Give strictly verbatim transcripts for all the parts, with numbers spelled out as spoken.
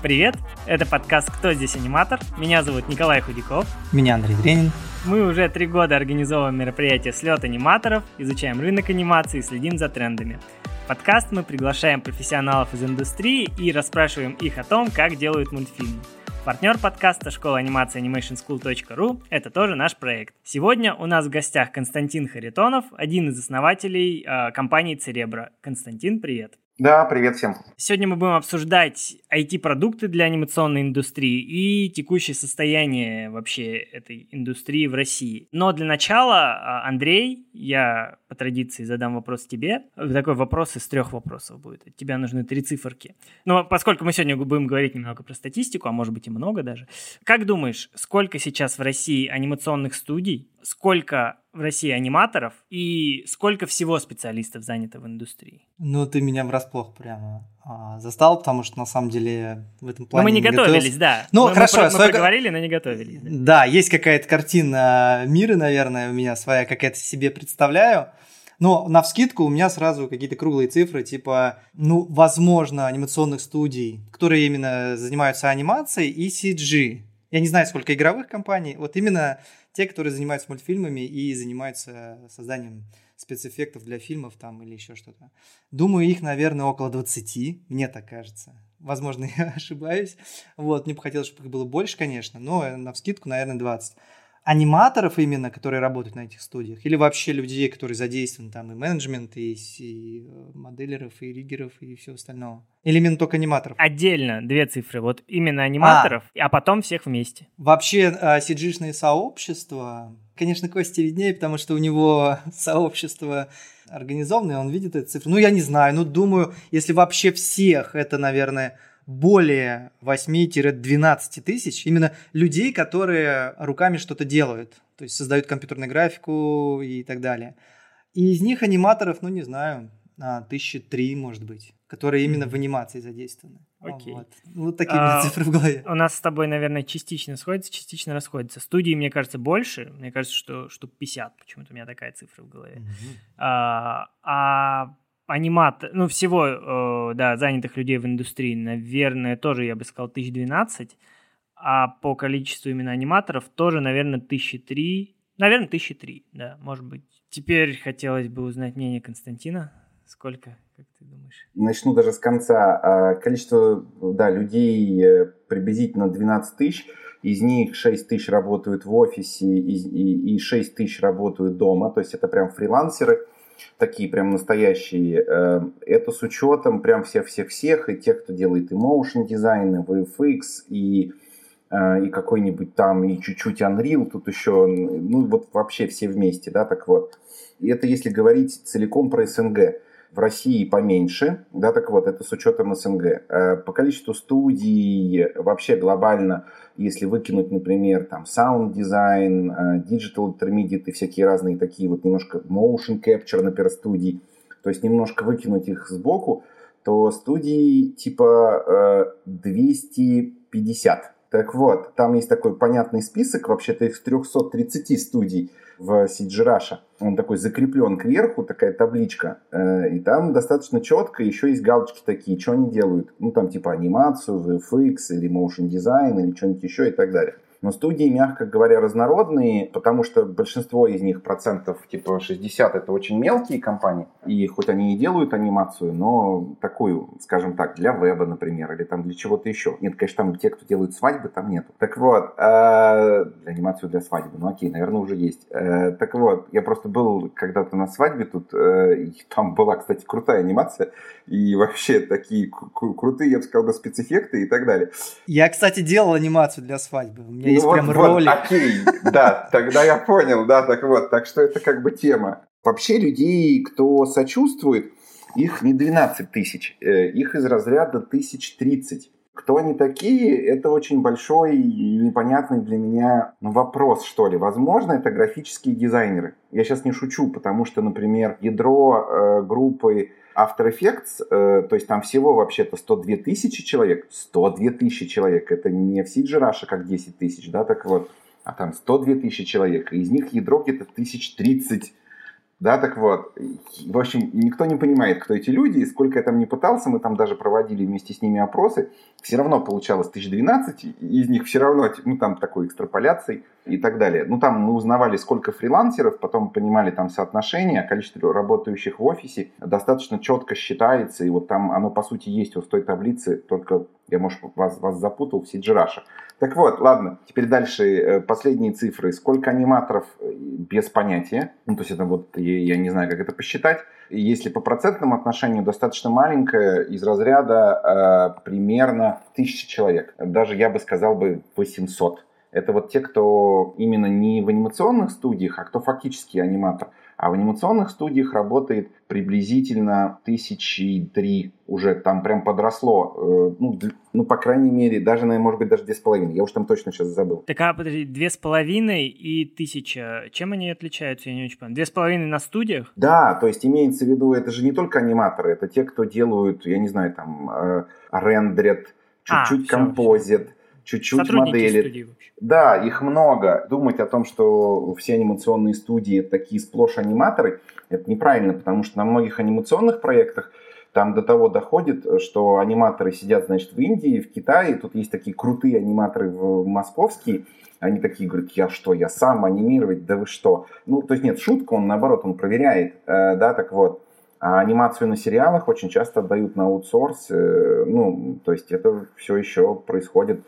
Привет, это подкаст «Кто здесь аниматор?». Меня зовут Николай Худяков. Меня Андрей Дренин. Мы уже три года организовываем мероприятие «Слет аниматоров», изучаем рынок анимации и следим за трендами. В подкаст мы приглашаем профессионалов из индустрии и расспрашиваем их о том, как делают мультфильмы. Партнер подкаста «Школа анимации анимейшн скул точка ру» — это тоже наш проект. Сегодня у нас в гостях Константин Харитонов, один из основателей э, компании «Церебро». Константин, привет. Да, привет всем. Сегодня мы будем обсуждать ай ти-продукты для анимационной индустрии и текущее состояние вообще этой индустрии в России. Но для начала, Андрей, я по традиции задам вопрос тебе. Такой вопрос из трех вопросов будет. От тебя нужны три циферки. Но поскольку мы сегодня будем говорить немного про статистику, а может быть и много даже. Как думаешь, сколько сейчас в России анимационных студий, сколько в России аниматоров и сколько всего специалистов занято в индустрии? Ну, ты меня врасплох прямо а, застал, потому что на самом деле в этом плане... Но мы не, не готовились, готовился. Да. Ну, мы, хорошо. Мы, мы своя... проговорили, но не готовились. Да. да, есть какая-то картина мира, наверное, у меня своя, как я это себе представляю. Но навскидку у меня сразу какие-то круглые цифры, типа, ну, возможно, анимационных студий, которые именно занимаются анимацией, и си джи. Я не знаю, сколько игровых компаний, вот именно те, которые занимаются мультфильмами и занимаются созданием спецэффектов для фильмов там или еще что-то. Думаю, их, наверное, около двадцати, мне так кажется. Возможно, я ошибаюсь. Вот, мне бы хотелось, чтобы их было больше, конечно, но навскидку, наверное, двадцать. Аниматоров именно, которые работают на этих студиях, или вообще людей, которые задействованы там и менеджмент, и, и моделеров, и риггеров, и все остальное. Или именно только аниматоров? Отдельно две цифры, вот именно аниматоров, а, а потом всех вместе. Вообще си джи-шные сообщества, конечно, Костя виднее, потому что у него сообщество организованное, он видит эту цифру. Ну, я не знаю, ну, думаю, если вообще всех, это, наверное... более восемь-двенадцать тысяч именно людей, которые руками что-то делают, то есть создают компьютерную графику и так далее. И из них аниматоров, ну не знаю, тысячи три, может быть, которые именно mm-hmm. в анимации задействованы. Окей. Вот. Вот такие а, цифры в голове. У нас с тобой, наверное, частично сходится, частично расходится. Студии, мне кажется, больше. Мне кажется, что штук пятьдесят. Почему-то у меня такая цифра в голове. Mm-hmm. А, а аниматор, ну, всего, э, да, занятых людей в индустрии, наверное, тоже, я бы сказал, тысяч двенадцать, а по количеству именно аниматоров тоже, наверное, тысячи три, наверное, тысячи три, да, может быть. Теперь хотелось бы узнать мнение Константина. Сколько, как ты думаешь? Начну даже с конца. Количество, да, людей приблизительно двенадцать тысяч, из них шесть тысяч работают в офисе и шесть тысяч работают дома, то есть это прям фрилансеры. Такие прям настоящие. Это с учетом прям всех-всех-всех, и тех, кто делает и motion дизайн, и ви эф икс, и, и какой-нибудь там, и чуть-чуть Unreal, тут еще, ну вот вообще все вместе, да, так вот. И это если говорить целиком про СНГ. В России поменьше, да, так вот, это с учетом СНГ. По количеству студий вообще глобально, если выкинуть, например, там, саунд-дизайн, digital intermediate и всякие разные такие вот немножко motion capture, например, студий, то есть немножко выкинуть их сбоку, то студии типа двести пятьдесят. Так вот, там есть такой понятный список, вообще-то их триста тридцать студий в си джи Russia. Он такой закреплен кверху, такая табличка. И там достаточно четко еще есть галочки такие, что они делают. Ну, там типа анимацию, ви эф икс, или motion дизайн, или что-нибудь еще и так далее. Но студии, мягко говоря, разнородные, потому что большинство из них, процентов типа шестьдесят, это очень мелкие компании. И хоть они и делают анимацию, но такую, скажем так, для веба, например, или там для чего-то еще. Нет, конечно, там те, кто делают свадьбы, там нету. Так вот, э, для анимацию для свадьбы, ну окей, наверное, уже есть. Э, так вот, я просто был когда-то на свадьбе тут, э, и там была, кстати, крутая анимация, и вообще такие кру- крутые, я бы сказал, спецэффекты и так далее. Я, кстати, делал анимацию для свадьбы. У меня есть вот, прям вот, ролик. Окей, да, тогда я понял, да, так вот, так что это как бы тема. Вообще людей, кто сочувствует, их не двенадцать тысяч, их из разряда тысяч тридцать. Кто они такие, это очень большой и непонятный для меня ну, вопрос, что ли. Возможно, это графические дизайнеры. Я сейчас не шучу, потому что, например, ядро э, группы After Effects, э, то есть там всего вообще-то сто две тысячи человек. сто две тысячи человек. Это не в си джи Russia как десять тысяч, да, так вот. А там сто две тысячи человек. И из них ядро где-то тысяч тридцать. Да, так вот, в общем, никто не понимает, кто эти люди, и сколько я там не пытался, мы там даже проводили вместе с ними опросы, все равно получалось тысяч двенадцать, из них все равно, ну, там такой экстраполяцией и так далее. Ну, там мы узнавали, сколько фрилансеров, потом понимали там соотношение, количество работающих в офисе достаточно четко считается, и вот там оно, по сути, есть вот в той таблице, только я, может, вас, вас запутал, в Сиджираше. Так вот, ладно, теперь дальше последние цифры. Сколько аниматоров без понятия, ну, то есть это вот, я, я не знаю, как это посчитать. Если по процентному отношению достаточно маленькое, из разряда э, примерно тысяча человек. Даже я бы сказал бы восемьсот. Это вот те, кто именно не в анимационных студиях, а кто фактически аниматор. А в анимационных студиях работает приблизительно тысячи три. Уже там прям подросло. Ну, ну, по крайней мере, даже, может быть, даже две с половиной. Я уж там точно сейчас забыл. Так, а подожди, две с половиной и тысяча. Чем они отличаются? Я не очень понимаю. Две с половиной на студиях? Да, то есть имеется в виду, это же не только аниматоры, это те, кто делают, я не знаю, там, э, рендерят, чуть-чуть а, композит. Все. Чуть-чуть модели. Да, их много. Думать о том, что все анимационные студии такие сплошь аниматоры, это неправильно, потому что на многих анимационных проектах там до того доходит, что аниматоры сидят, значит, в Индии, в Китае, тут есть такие крутые аниматоры в московские, они такие говорят, я что, я сам анимировать, да вы что? Ну, то есть нет, шутка, он наоборот, он проверяет, да, так вот. А анимацию на сериалах очень часто отдают на аутсорс, ну, то есть это все еще происходит.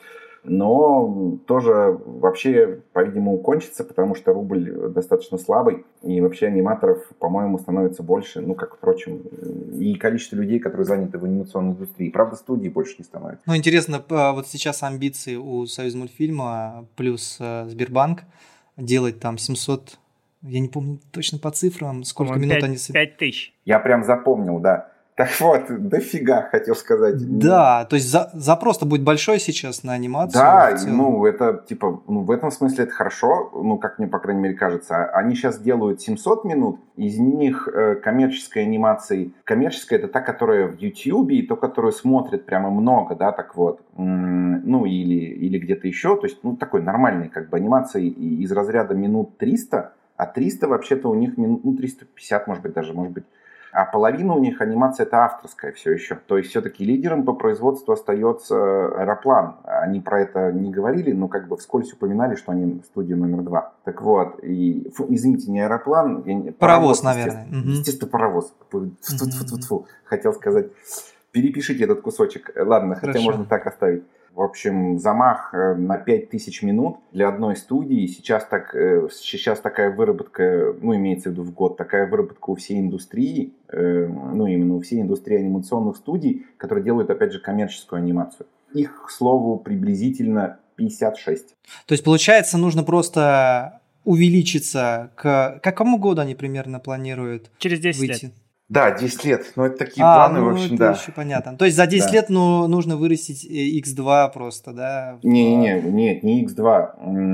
Но тоже вообще, по-видимому, кончится, потому что рубль достаточно слабый, и вообще аниматоров, по-моему, становится больше, ну, как, впрочем, и количество людей, которые заняты в анимационной индустрии. Правда, студий больше не становится. Ну, интересно, вот сейчас амбиции у Союзмультфильма плюс Сбербанк делать там семьсот, я не помню точно по цифрам, сколько минут пять, они... пять тысяч. Я прям запомнил, да. Так вот, дофига, хотел сказать. Да, то есть за, запрос-то будет большой сейчас на анимацию. Да, ну это типа, ну в этом смысле это хорошо, ну как мне, по крайней мере, кажется. Они сейчас делают семьсот минут, из них э, коммерческой анимации. Коммерческая это та, которая в YouTube, и то, которую смотрят прямо много, да, так вот. М-м, ну или, или где-то еще, то есть, ну такой нормальный как бы анимации из разряда минут триста, а триста вообще-то у них минут, ну триста пятьдесят, может быть, даже, может быть. А половина у них анимация это авторская все еще. То есть все-таки лидером по производству остается Аэроплан. Они про это не говорили, но как бы вскользь упоминали, что они студия номер два. Так вот, и, фу, извините, не Аэроплан. Я, паровоз, паровоз, наверное. Естественно, естественно паровоз. Фу-фу-фу-фу. Хотел сказать, перепишите этот кусочек. Ладно, Хорошо. Хотя можно так оставить. В общем, замах на пять тысяч минут для одной студии. Сейчас, так, сейчас такая выработка, ну, имеется в виду в год, такая выработка у всей индустрии, ну, именно у всей индустрии анимационных студий, которые делают, опять же, коммерческую анимацию. Их, к слову, приблизительно пятьдесят шесть. То есть, получается, нужно просто увеличиться к... К какому году они примерно планируют Через десять выйти? лет. Да, десять лет. Ну, это такие а, планы, ну, в общем, это да. еще понятно. То есть за десять да. лет ну, нужно вырастить икс два просто, да? В... Не-не-не, нет, не икс два.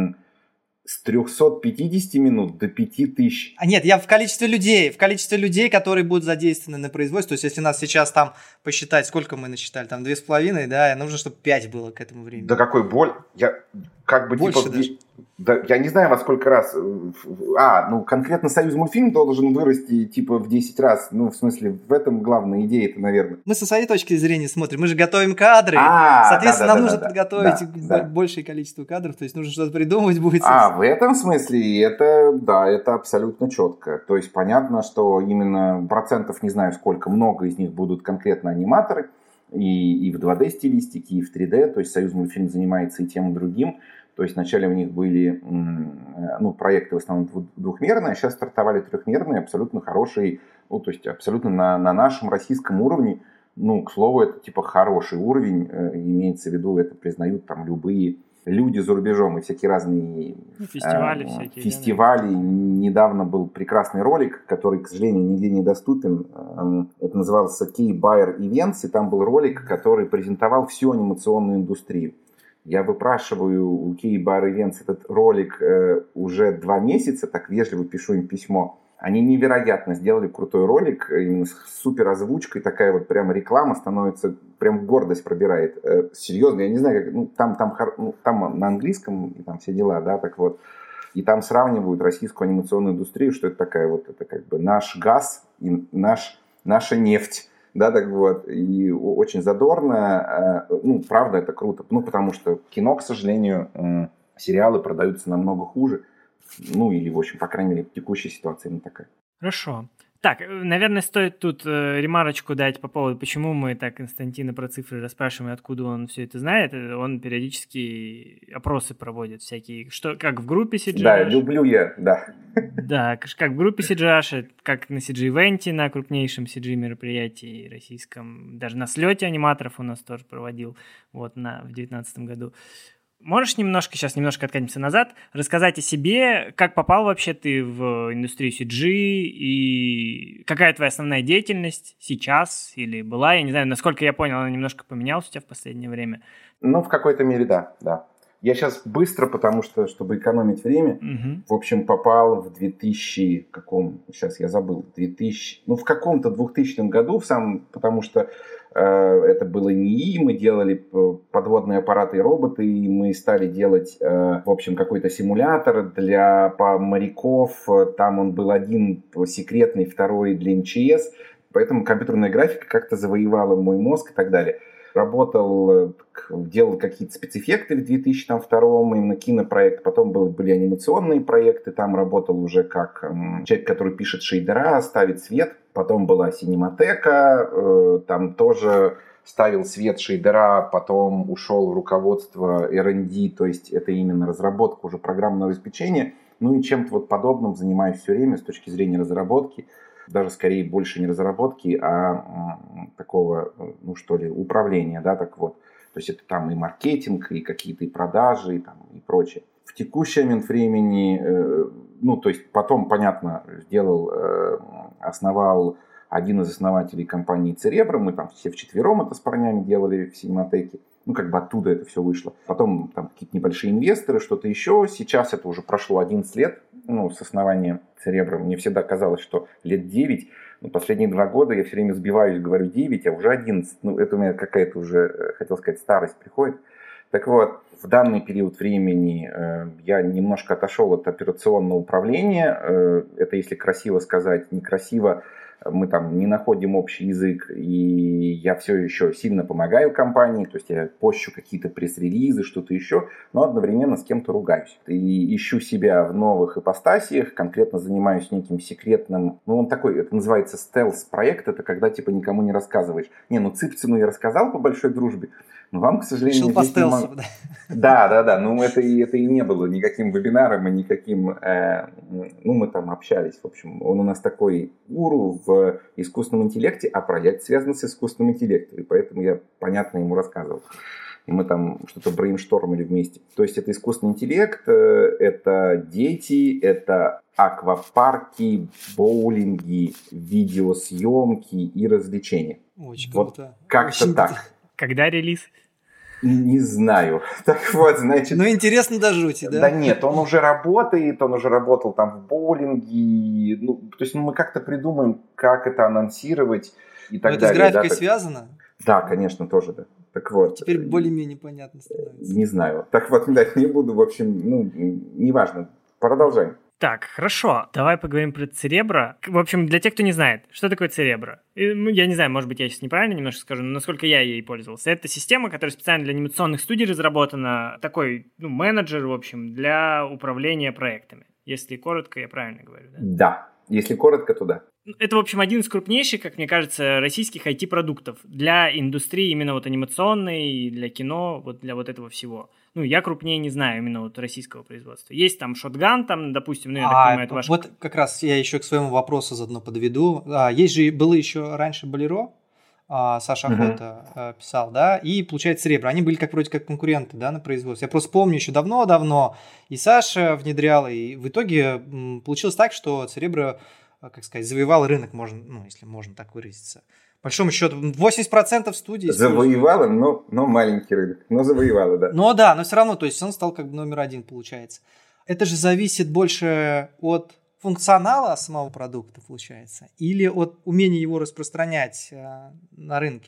С трехсот пятидесяти минут до пяти тысяч. А нет, я в количестве людей, в количестве людей, которые будут задействованы на производстве. То есть, если нас сейчас там посчитать, сколько мы насчитали, там две с половиной, да, нужно, чтобы пять было к этому времени. Да какой боль? Я как бы Больше типа... даже. Да, я не знаю, во сколько раз. А, ну конкретно Союзмультфильм должен вырасти типа в десять раз. Ну, в смысле, в этом главная идея-то, наверное. Мы со своей точки зрения смотрим. Мы же готовим кадры. А, соответственно, да, да, нам да, нужно да, подготовить да, да. большее количество кадров. То есть нужно что-то придумывать будет. А, в этом смысле это, да, это абсолютно четко. То есть понятно, что именно процентов не знаю сколько, много из них будут конкретно аниматоры. И, и в два дэ стилистике, и в три дэ. То есть Союзмультфильм занимается и тем, и другим. То есть вначале у них были ну, проекты в основном двухмерные, а сейчас стартовали трехмерные, абсолютно хорошие, ну, то есть абсолютно на, на нашем российском уровне. Ну, к слову, это типа хороший уровень, имеется в виду, это признают там любые люди за рубежом и всякие разные фестивали. Э, всякие, фестивали. Да. Недавно был прекрасный ролик, который, к сожалению, нигде не доступен. Это назывался K-Buyer Events, и там был ролик, который презентовал всю анимационную индустрию. Я выпрашиваю у K-Buyer Events этот ролик э, уже два месяца, так вежливо пишу им письмо. Они невероятно сделали крутой ролик, именно с супер озвучкой, такая вот прям реклама становится, прям гордость пробирает. Э, серьезно, я не знаю, как, ну, там, там, ну, там на английском, и там все дела, да, так вот. И там сравнивают российскую анимационную индустрию, что это такая вот, это как бы наш газ и наш, наша нефть. Да, так вот, и очень задорно. Ну, правда, это круто. Ну, потому что кино, к сожалению, сериалы продаются намного хуже. Ну, или, в общем, по крайней мере, текущая ситуация именно такая. Хорошо. Так, наверное, стоит тут э, ремарочку дать по поводу, почему мы так Константина про цифры расспрашиваем, откуда он все это знает. Он периодически опросы проводит всякие, что как в группе си джи аш. Да, люблю я, да. Да, как в группе си джи аш, как на си джи-ивенте, на крупнейшем си джи-мероприятии российском. Даже на слете аниматоров у нас тоже проводил вот, на, в две тысячи девятнадцатом году. Можешь немножко, сейчас немножко откатимся назад, рассказать о себе, как попал вообще ты в индустрию си джи и какая твоя основная деятельность сейчас или была, я не знаю, насколько я понял, она немножко поменялась у тебя в последнее время. Ну, в какой-то мере, да, да. Я сейчас быстро, потому что, чтобы экономить время, угу. в общем, попал в две тысячи, каком, сейчас я забыл, две тысячи, ну, в каком-то двухтысячном году, в самом, потому что э, это было НИИ, мы делали подводные аппараты и роботы, и мы стали делать, э, в общем, какой-то симулятор для по моряков, там он был один секретный, второй для эм че эс, поэтому компьютерная графика как-то завоевала мой мозг и так далее. Работал, делал какие-то спецэффекты в две тысячи втором, именно кинопроект. Потом был, были анимационные проекты. Там работал уже как м, человек, который пишет шейдера, ставит свет. Потом была синематека. Э, там тоже ставил свет, шейдера. Потом ушел в руководство эр энд ди. То есть это именно разработка уже программного обеспечения. Ну и чем-то вот подобным занимаюсь все время с точки зрения разработки. Даже скорее больше не разработки, а такого, ну что ли, управления, да, так вот. То есть это там и маркетинг, и какие-то и продажи, и, там, и прочее. В текущий момент времени, э, ну то есть потом, понятно, сделал, э, основал один из основателей компании Cerebro, мы там все вчетвером это с парнями делали в синематеке. Ну, как бы оттуда это все вышло. Потом там какие-то небольшие инвесторы, что-то еще. Сейчас это уже прошло одиннадцать лет, ну, с основания Cerebro. Мне всегда казалось, что лет девять. Но последние два года я все время сбиваюсь, говорю девять, а уже одиннадцать. Ну, это у меня какая-то уже, хотел сказать, старость приходит. Так вот, в данный период времени э, я немножко отошел от операционного управления. Э, это, если красиво сказать, некрасиво. Мы там не находим общий язык, и я все еще сильно помогаю компании, то есть я пощу какие-то пресс-релизы, что-то еще, но одновременно с кем-то ругаюсь. И ищу себя в новых ипостасиях, конкретно занимаюсь неким секретным, ну он такой, это называется стелс-проект, это когда типа никому не рассказываешь. Не, ну Цыпцину я рассказал по большой дружбе, но вам, к сожалению... Решил по стелсу, мог... да? Да, да, да, ну это, это и не было никаким вебинаром, и никаким... Э, ну мы там общались, в общем, он у нас такой гуру в искусственном интеллекте, а проект связан с искусственным интеллектом, и поэтому я понятно ему рассказывал. И мы там что-то брейнштормили вместе. То есть это искусственный интеллект, это дети, это аквапарки, боулинги, видеосъемки и развлечения. Очень вот круто. Как-то Очень так. круто. Когда релиз? Не знаю. Так вот, значит... Ну, интересно до жути, да? Да нет, он уже работает, он уже работал там в боулинге. Ну, то есть мы как-то придумаем, как это анонсировать и так Но далее. это с графикой да, так... связано? Да, конечно, тоже, да. Так вот. Теперь более-менее понятно становится. Не знаю. Так вот, да, не буду, в общем, ну, неважно. Продолжаем. Так, хорошо, давай поговорим про Cerebro. В общем, для тех, кто не знает, что такое Cerebro? Я не знаю, может быть, я сейчас неправильно немножко скажу, но насколько я ей пользовался. Это система, которая специально для анимационных студий разработана. Такой, ну, менеджер, в общем, для управления проектами. Если коротко, я правильно говорю, да? Да, если коротко, то да. Это, в общем, один из крупнейших, как мне кажется, российских ай ти-продуктов для индустрии именно вот анимационной, для кино, вот для вот этого всего. Ну, я крупнее не знаю именно вот российского производства. Есть там Shotgun, там, допустим, ну, я а, так понимаю, это ваш... Вот как раз я еще к своему вопросу заодно подведу. А, есть же, было еще раньше Болеро, а, Саша Охота uh-huh. писал, да, и, получается, Cerebro. Они были как вроде как конкуренты, да, на производстве. Я просто помню еще давно-давно, и Саша внедрял, и в итоге м, получилось так, что Cerebro, как сказать, завоевал рынок, можно, ну, если можно так выразиться. По большому счету, восемьдесят процентов студий... Завоевала, но, но маленький рынок, но завоевала, да. Ну да, но все равно, то есть он стал как бы номер один, получается. Это же зависит больше от функционала самого продукта, получается, или от умения его распространять э, на рынке. То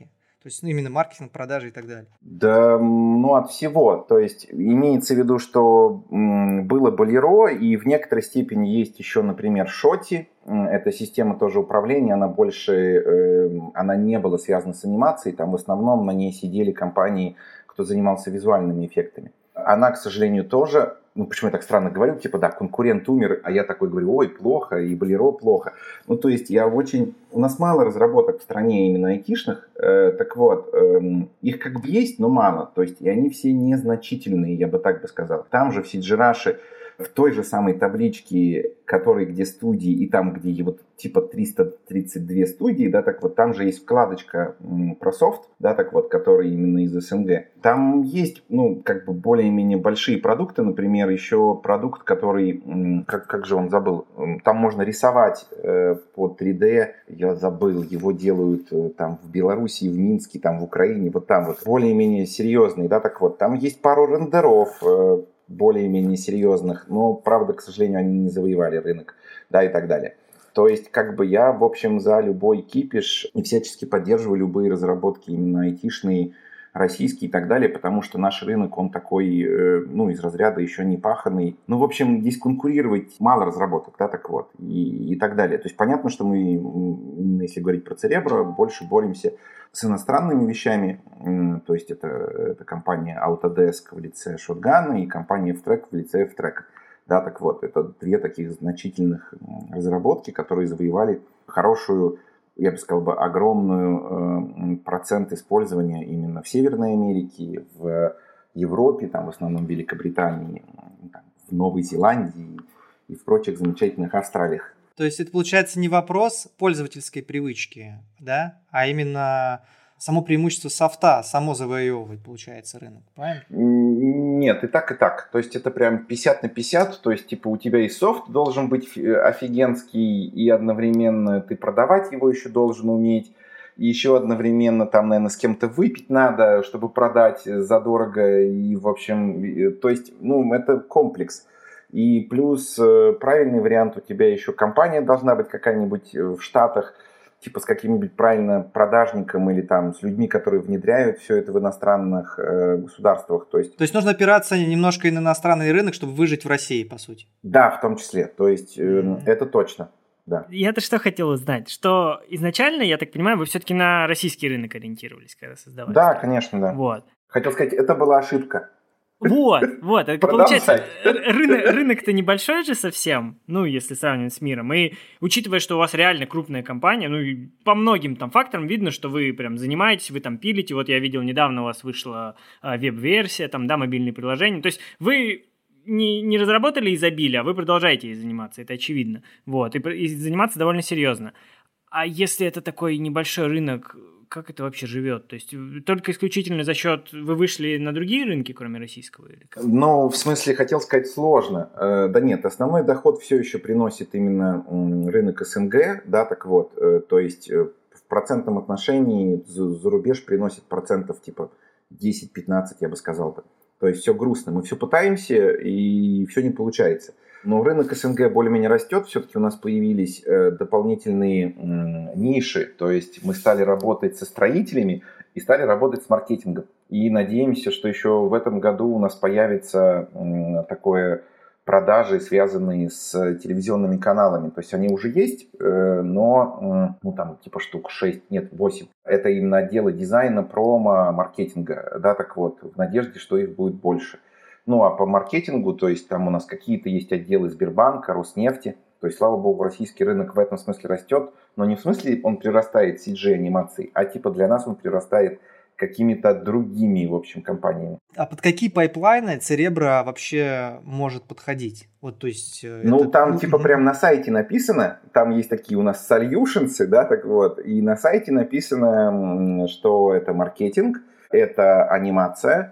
есть ну, именно маркетинг, продажи и так далее. Да, ну от всего. То есть имеется в виду, что м, было Болеро, и в некоторой степени есть еще, например, Шоти. Эта система тоже управления, она больше, э, она не была связана с анимацией. Там в основном на ней сидели компании, кто занимался визуальными эффектами. Она, к сожалению, тоже, ну почему я так странно говорю, типа да, конкурент умер, а я такой говорю, ой, плохо, и Болеро плохо. Ну то есть я очень, у нас мало разработок в стране именно айтишных, э, так вот, э, их как бы есть, но мало, то есть и они все незначительные, я бы так бы сказал. Там же в Сиджираше, в той же самой табличке, которой где студии, и там, где вот типа триста тридцать две студии, да, так вот там же есть вкладочка м, про софт, да, так вот, который именно из СНГ. Там есть, ну, как бы более-менее большие продукты, например, еще продукт, который, м, как, как же он забыл, там можно рисовать э, по три дэ, я забыл, его делают э, там в Беларуси, в Минске, там в Украине, вот там вот более-менее серьезный, да, так вот, там есть пару рендеров, э, более-менее серьезных, но, правда, к сожалению, они не завоевали рынок, да, и так далее. То есть, как бы я, в общем, за любой кипиш и всячески поддерживаю любые разработки именно айтишные, российские и так далее, потому что наш рынок, он такой, э, ну, из разряда еще не паханный. Ну, в общем, здесь конкурировать мало разработок, да, так вот, и, и так далее. То есть, понятно, что мы, именно если говорить про Cerebro, больше боремся с иностранными вещами, то есть это, это компания Autodesk в лице Shotgun и компания F-Track в лице F-Track. Да, так вот, это две таких значительных разработки, которые завоевали хорошую, я бы сказал, бы, огромную э, процент использования именно в Северной Америке, в Европе, там в основном в Великобритании, там, в Новой Зеландии и в прочих замечательных Австралиях. То есть это, получается, не вопрос пользовательской привычки, да, а именно само преимущество софта, само завоевывает, получается, рынок, правильно? Нет, и так, и так. То есть это прям пятьдесят на пятьдесят, то есть типа у тебя и софт должен быть офигенский, и одновременно ты продавать его еще должен уметь, и еще одновременно там, наверное, с кем-то выпить надо, чтобы продать задорого, и в общем, то есть, ну, это комплекс. И плюс правильный вариант, у тебя еще компания должна быть какая-нибудь в Штатах, типа с каким-нибудь правильно продажником или там с людьми, которые внедряют все это в иностранных э, государствах. То есть... То есть нужно опираться немножко и на иностранный рынок, чтобы выжить в России, по сути. Да, в том числе. То есть э, mm-hmm. это точно. Да. Я-то что хотел узнать, что изначально, я так понимаю, вы все-таки на российский рынок ориентировались, когда создавали? Да, конечно, да. Вот. Хотел сказать, это была ошибка. Вот, вот, это получается, рынок, рынок-то небольшой же совсем, ну, если сравнивать с миром, и учитывая, что у вас реально крупная компания, ну, и по многим там факторам видно, что вы прям занимаетесь, вы там пилите, вот я видел, недавно у вас вышла а, веб-версия, там, да, мобильные приложения, то есть вы не, не разработали изобилие, а вы продолжаете ей заниматься, это очевидно, вот, и, и заниматься довольно серьезно. А если это такой небольшой рынок, как это вообще живет? То есть только исключительно за счет... Вы вышли на другие рынки, кроме российского? Или как? Ну, в смысле, хотел сказать, сложно. Э, да нет, основной доход все еще приносит именно рынок СНГ, да, так вот. Э, то есть э, в процентном отношении за, за рубеж приносит процентов типа десять-пятнадцать, я бы сказал бы. То есть все грустно. Мы все пытаемся, и все не получается. Но рынок СНГ более-менее растет, все-таки у нас появились э, дополнительные э, ниши, то есть мы стали работать со строителями и стали работать с маркетингом. И надеемся, что еще в этом году у нас появится э, такое продажи, связанные с телевизионными каналами. То есть они уже есть, э, но э, ну там типа штук шесть, нет, восемь. Это именно отделы дизайна, промо, маркетинга, да, так вот, в надежде, что их будет больше. Ну, а по маркетингу, то есть там у нас какие-то есть отделы Сбербанка, Роснефти. То есть, слава богу, российский рынок в этом смысле растет. Но не в смысле он прирастает си джи-анимацией, а типа для нас он прирастает какими-то другими, в общем, компаниями. А под какие пайплайны Cerebro вообще может подходить? Вот, то есть... Ну, это... там типа прям на сайте написано, там есть такие у нас solutions, да, так вот. И на сайте написано, что это маркетинг, это анимация,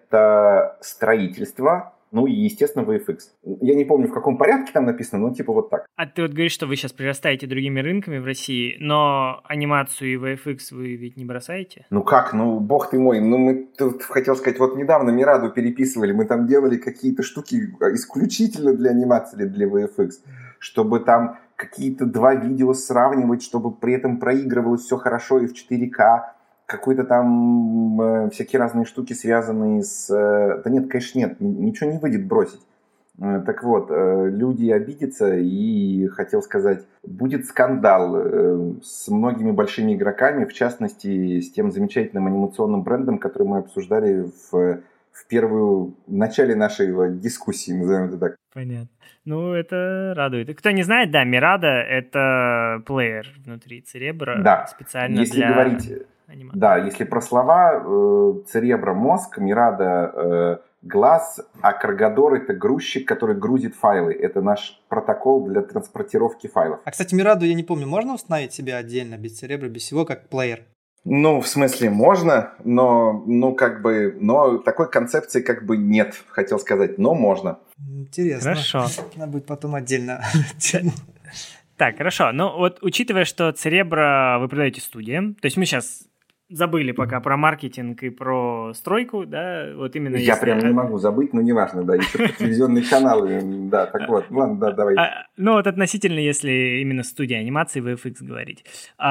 это строительство, ну и, естественно, ви эф икс. Я не помню, в каком порядке там написано, но типа вот так. А ты вот говоришь, что вы сейчас прирастаете другими рынками в России, но анимацию и ви эф икс вы ведь не бросаете? Ну как, ну бог ты мой, ну мы тут, хотел сказать, вот недавно Мираду переписывали, мы там делали какие-то штуки исключительно для анимации, для ви эф икс, чтобы там какие-то два видео сравнивать, чтобы при этом проигрывалось все хорошо и в четыре ка. какой-то там э, всякие разные штуки, связанные с... Э, да нет, конечно, нет, ничего не выйдет бросить. Э, так вот, э, люди обидятся, и хотел сказать, будет скандал э, с многими большими игроками, в частности, с тем замечательным анимационным брендом, который мы обсуждали в, в первую, в начале нашей дискуссии, назовем это так. Понятно. Ну, это радует. Кто не знает, да, Мирада — это плеер внутри Cerebro, да. специально если для говорить, анимации. Да, если про слова, э, Cerebro — мозг, Мирада э, — глаз, а Каргадор — это грузчик, который грузит файлы. Это наш протокол для транспортировки файлов. А, кстати, Мираду, я не помню, можно установить себе отдельно, без Cerebro, без всего, как плеер? Ну, в смысле, можно, но, ну, как бы, но такой концепции как бы нет, хотел сказать, но можно. Интересно. Хорошо. Надо будет потом отдельно. Так, хорошо. Ну, вот учитывая, что Cerebro вы продаете студиям, то есть мы сейчас забыли пока про маркетинг и про стройку, да, вот именно Я если... прям не могу забыть, но неважно, да, еще телевизионные каналы, да, так вот, ладно, да, давай. А, ну, вот относительно, если именно студия анимации ви эф икс говорить.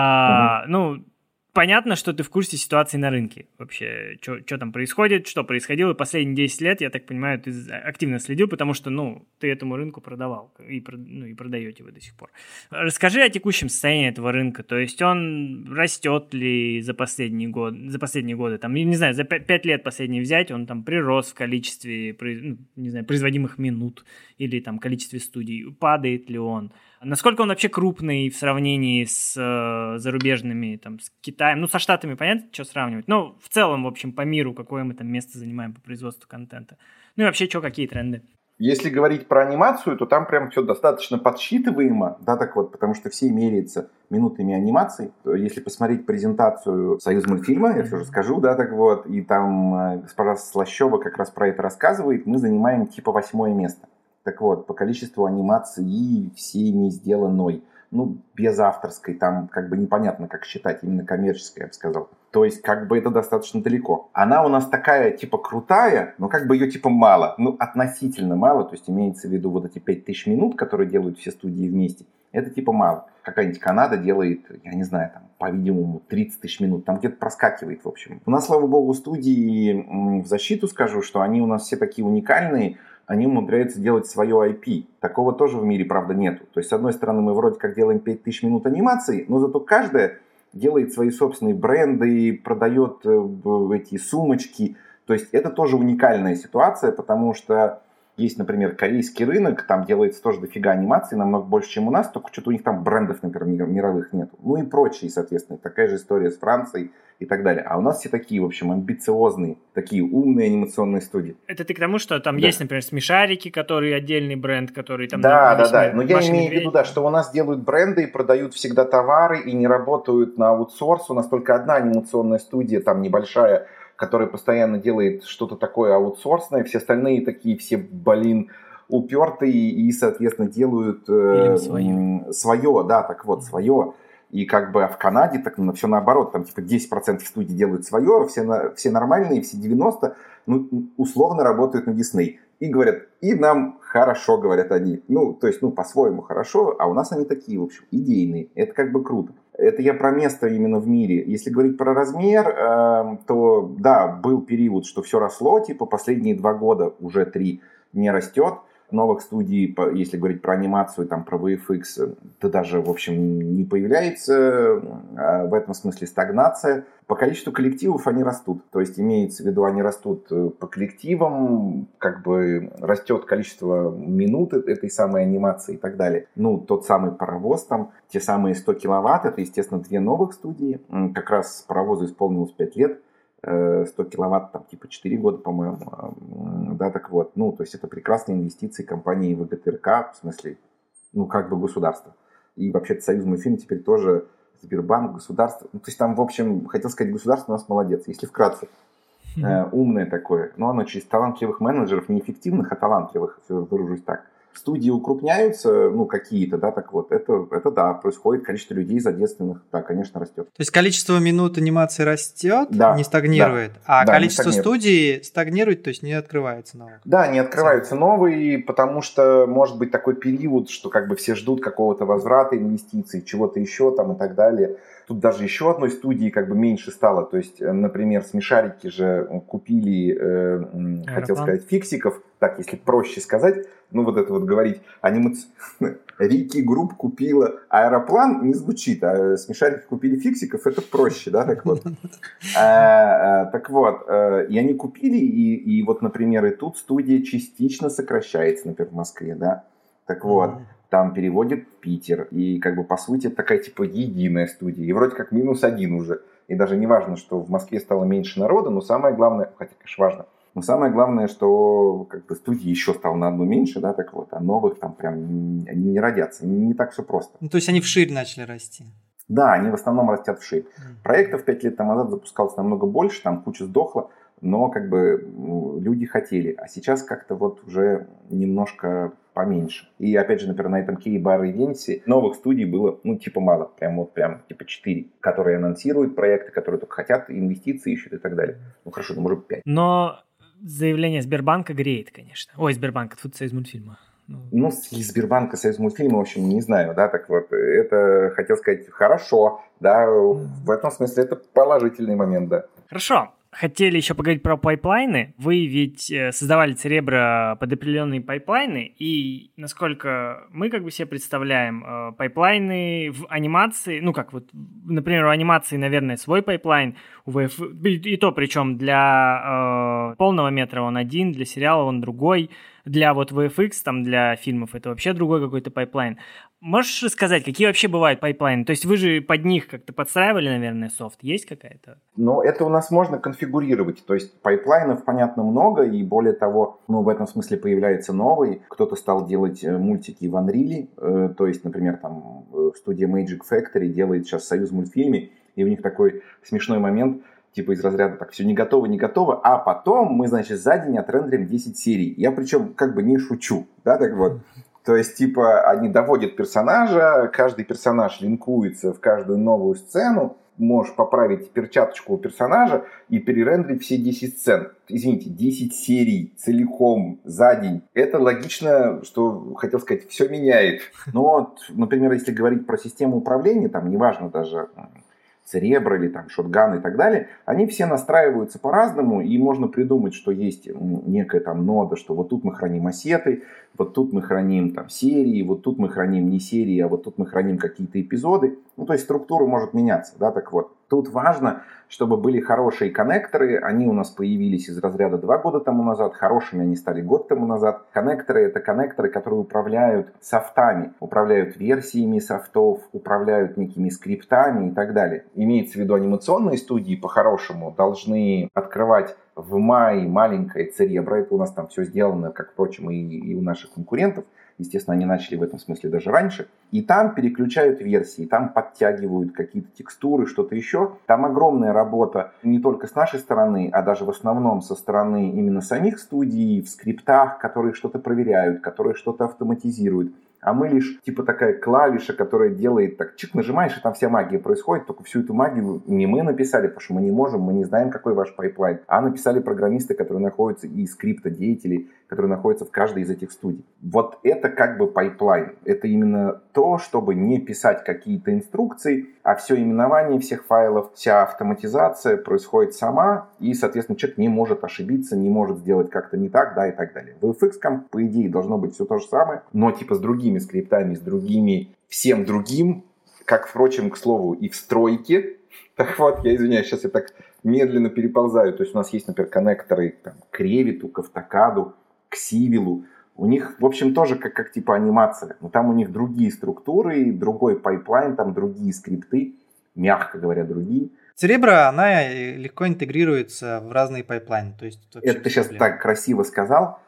А, угу. Ну, понятно, что ты в курсе ситуации на рынке вообще, что там происходит, что происходило. Последние десять лет, я так понимаю, ты активно следил, потому что, ну, ты этому рынку продавал, и, ну, и продаете его до сих пор. Расскажи о текущем состоянии этого рынка, то есть он растет ли за последние годы, за последние годы, там, не знаю, за пять лет последние взять, он там прирос в количестве, ну, не знаю, производимых минут или там количестве студий, падает ли он? Насколько он вообще крупный в сравнении с э, зарубежными, там, с Китаем, ну, со Штатами, понятно, что сравнивать, но в целом, в общем, по миру, какое мы там место занимаем по производству контента. Ну и вообще, что, какие тренды? Если говорить про анимацию, то там прям все достаточно подсчитываемо, да, так вот, потому что все меряются минутами анимации. Если посмотреть презентацию Союзмультфильма, я все же скажу, да, так вот, и там госпожа Слащева как раз про это рассказывает, мы занимаем типа восьмое место. Так вот, по количеству анимации всеми сделанной, ну, без авторской, там как бы непонятно, как считать, именно коммерческой, я бы сказал. То есть, как бы это достаточно далеко. Она у нас такая, типа, крутая, но как бы ее, типа, мало. Ну, относительно мало, то есть, имеется в виду вот эти пять тысяч минут, которые делают все студии вместе. Это, типа, мало. Какая-нибудь Канада делает, я не знаю, там, по-видимому, тридцать тысяч минут. Там где-то проскакивает, в общем. У нас, слава богу, студии, в защиту скажу, что они у нас все такие уникальные, они умудряются делать свое ай пи. Такого тоже в мире, правда, нету. То есть, с одной стороны, мы вроде как делаем пять тысяч минут анимации, но зато каждая делает свои собственные бренды, продает эти сумочки. То есть, это тоже уникальная ситуация, потому что есть, например, корейский рынок, там делается тоже дофига анимации, намного больше, чем у нас, только что-то у них там брендов, например, мировых нет. Ну и прочие, соответственно. Такая же история с Францией и так далее. А у нас все такие, в общем, амбициозные, такие умные анимационные студии. Это ты к тому, что там да. есть, например, смешарики, которые отдельный бренд, который там... Да, да, да. Но я имею в виду, да, что у нас делают бренды и продают всегда товары и не работают на аутсорс. У нас только одна анимационная студия, там небольшая, который постоянно делает что-то такое аутсорсное, все остальные такие все, блин, упертые и, соответственно, делают э, свое. свое, да, так вот, свое. И как бы в Канаде так ну, все наоборот, там типа десять процентов студий делают свое, все, все нормальные, все девяносто процентов, ну, условно работают на Disney. И говорят, и нам хорошо, говорят они. Ну, то есть, ну, по-своему хорошо, а у нас они такие, в общем, идейные. Это как бы круто. Это я про место именно в мире. Если говорить про размер, э, то, да, был период, что все росло, типа последние два года, уже три, не растет. Новых студий, если говорить про анимацию, там, про ви эф икс, то даже, в общем, не появляется. В этом смысле стагнация. По количеству коллективов они растут. То есть, имеется в виду, они растут по коллективам, как бы растет количество минут этой самой анимации и так далее. Ну, тот самый паровоз, там, те самые сто киловатт, это, естественно, две новых студии. Как раз паровозу исполнилось пять лет. сто киловатт, там, типа четыре года, по-моему, да, так вот, ну, то есть это прекрасные инвестиции компании вэ гэ тэ эр ка, в смысле, ну, как бы государство. И вообще-то Союзмультфильм теперь тоже Сбербанк, государство, ну, то есть там, в общем, хотел сказать, государство у нас молодец, если вкратце, mm-hmm. э, умное такое, но оно через талантливых менеджеров, не эффективных, а талантливых, выражусь так. студии укрупняются, ну, какие-то, да, так вот, это, это да, происходит, количество людей задействованных, да, конечно, растет. То есть количество минут анимации растет, да, не стагнирует, да, а да, количество студий стагнирует, то есть не открывается новых. Да, не открываются новые, потому что может быть такой период, что как бы все ждут какого-то возврата инвестиций, чего-то еще там и так далее. Тут даже еще одной студии как бы меньше стало. То есть, например, смешарики же купили, э, хотел сказать, фиксиков, так, если проще сказать, ну вот это вот говорить, анимаци... Рики Групп купила Аэроплан, не звучит, а смешарики купили фиксиков, это проще, да, так вот. Так вот, и они купили, и вот, например, и тут студия частично сокращается, например, в Москве, да, так вот. Там переводит в Питер. И как бы по сути это такая типа единая студия. И вроде как минус один уже. И даже не важно, что в Москве стало меньше народа, но самое главное, хотя, конечно, важно, но самое главное, что как бы студий еще стало на одну меньше, да, так вот, а новых там прям они не родятся. Не так все просто. Ну, то есть они вширь начали расти. Да, они в основном растят вширь. Mm. Проектов пять лет тому назад запускалось намного больше, там куча сдохла, но как бы ну, люди хотели. А сейчас как-то вот уже немножко поменьше. И опять же, например, на этом Кей-бар ивенте новых студий было, ну, типа мало. Прям вот прям типа четыре, которые анонсируют проекты, которые только хотят, инвестиции ищут и так далее. Ну, хорошо, ну, может, пять. Но заявление Сбербанка греет, конечно. Ой, Сбербанк, тут Союзмультфильма. Ну, ну из Сбербанка, Союзмультфильма, в общем, не знаю, да, так вот, это, хотел сказать, хорошо, да, в этом смысле это положительный момент, да. Хорошо. Хотели еще поговорить про пайплайны. Вы ведь создавали Cerebro под определенные пайплайны, и насколько мы как бы себе представляем, пайплайны в анимации, ну как вот, например, у анимации, наверное, свой пайплайн, у ви эф, и то причем для э, полного метра он один, для сериала он другой, для вот ви эф икс, там для фильмов это вообще другой какой-то пайплайн. Можешь рассказать, какие вообще бывают пайплайны? То есть вы же под них как-то подстраивали, наверное, софт? Есть какая-то? Ну, это у нас можно конфигурировать. То есть пайплайнов, понятно, много, и более того, ну, в этом смысле появляются новые. Кто-то стал делать мультики в Unreal, э, то есть, например, там студия Magic Factory делает сейчас Союзмультфильме, и у них такой смешной момент, типа из разряда так, все не готово, не готово, а потом мы, значит, за день отрендерим десять серий. Я причем как бы не шучу, да, так вот. То есть, типа, они доводят персонажа, каждый персонаж линкуется в каждую новую сцену, можешь поправить перчаточку у персонажа и перерендерить все десять сцен. Извините, десять серий целиком за день. Это логично, что, хотел сказать, все меняет. Но вот, например, если говорить про систему управления, там, неважно даже Cerebro или там Shotgun и так далее, они все настраиваются по-разному, и можно придумать, что есть некая там нода, что вот тут мы храним ассеты, вот тут мы храним там серии, вот тут мы храним не серии, а вот тут мы храним какие-то эпизоды. Ну, то есть структура может меняться, да, так вот. Тут важно, чтобы были хорошие коннекторы, они у нас появились из разряда два года тому назад, хорошими они стали год тому назад. Коннекторы — это коннекторы, которые управляют софтами, управляют версиями софтов, управляют некими скриптами и так далее. Имеется в виду анимационные студии по-хорошему должны открывать в мае маленькое Cerebro, это у нас там все сделано, как, впрочем, и, и у наших конкурентов. Естественно, они начали в этом смысле даже раньше. И там переключают версии, там подтягивают какие-то текстуры, что-то еще. Там огромная работа не только с нашей стороны, а даже в основном со стороны именно самих студий, в скриптах, которые что-то проверяют, которые что-то автоматизируют. А мы лишь типа такая клавиша, которая делает так, чик, нажимаешь, и там вся магия происходит. Только всю эту магию не мы написали, потому что мы не можем, мы не знаем, какой ваш пайплайн, а написали программисты, которые находятся, и скриптодеятели, которые находятся в каждой из этих студий. Вот это как бы пайплайн. Это именно то, чтобы не писать какие-то инструкции, а все именование всех файлов, вся автоматизация происходит сама, и, соответственно, человек не может ошибиться, не может сделать как-то не так, да, и так далее. В ви эф икс, по идее, должно быть все то же самое, но типа с другими скриптами, с другими, всем другим, как, впрочем, к слову, и в стройке. Так вот, я извиняюсь, сейчас я так медленно переползаю. То есть у нас есть, например, коннекторы там, к Revit, к автокаду, к Civil. У них, в общем, тоже как, как типа анимация. Но там у них другие структуры, другой пайплайн, там другие скрипты, мягко говоря, другие. Cerebro, она легко интегрируется в разные пайплайны. То есть, это ты сейчас так красиво сказал.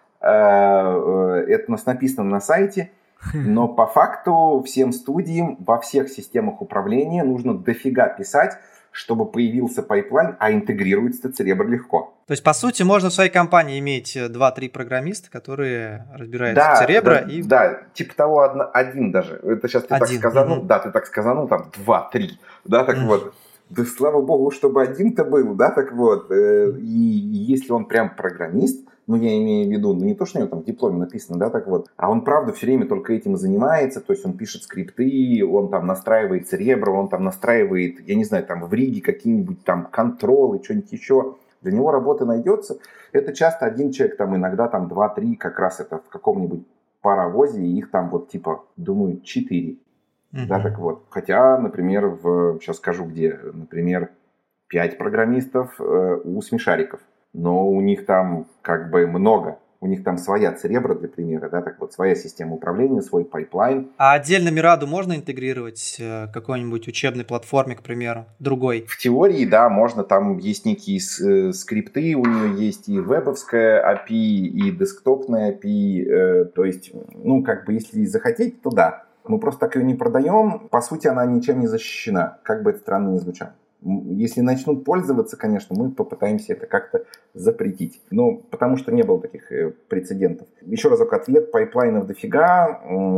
Это у нас написано на сайте. Но по факту всем студиям во всех системах управления нужно дофига писать, чтобы появился пайплайн, а интегрируется Cerebro легко. То есть, по сути, можно в своей компании иметь два-три программиста, которые разбираются да, в Cerebro. Да, и... да, типа того, одно, один даже. Это сейчас ты один. так сказанул, mm-hmm. да, ты так сказанул, там два-три, да, так mm-hmm. вот. Да слава богу, чтобы один-то был, да, так вот. И если он прям программист, ну, я имею в виду, ну, не то, что у него там в дипломе написано, да, так вот, а он, правда, все время только этим и занимается, то есть он пишет скрипты, он там настраивает Cerebro, он там настраивает, я не знаю, там в риге какие-нибудь там контролы, что-нибудь еще. Для него работа найдется. Это часто один человек, там иногда там два-три, как раз это в каком-нибудь паровозе, и их там вот типа, думаю, четыре. Uh-huh. Да, так вот. Хотя, например, в, сейчас скажу где, например, пять программистов э, у смешариков. Но у них там как бы много. У них там своя Cerebro, для примера, да, так вот, своя система управления, свой пайплайн. А отдельно Miraду можно интегрировать к какой-нибудь учебной платформе, к примеру, другой? В теории, да, можно. Там есть некие э, скрипты, у нее есть и вебовская эй пи ай, и десктопная эй пи ай. Э, то есть, ну, как бы, если захотеть, то да. Мы просто так ее не продаем. По сути, она ничем не защищена, как бы это странно ни звучало. Если начнут пользоваться, конечно, мы попытаемся это как-то запретить. Ну, потому что не было таких э, прецедентов. Еще разок ответ. Пайплайнов дофига.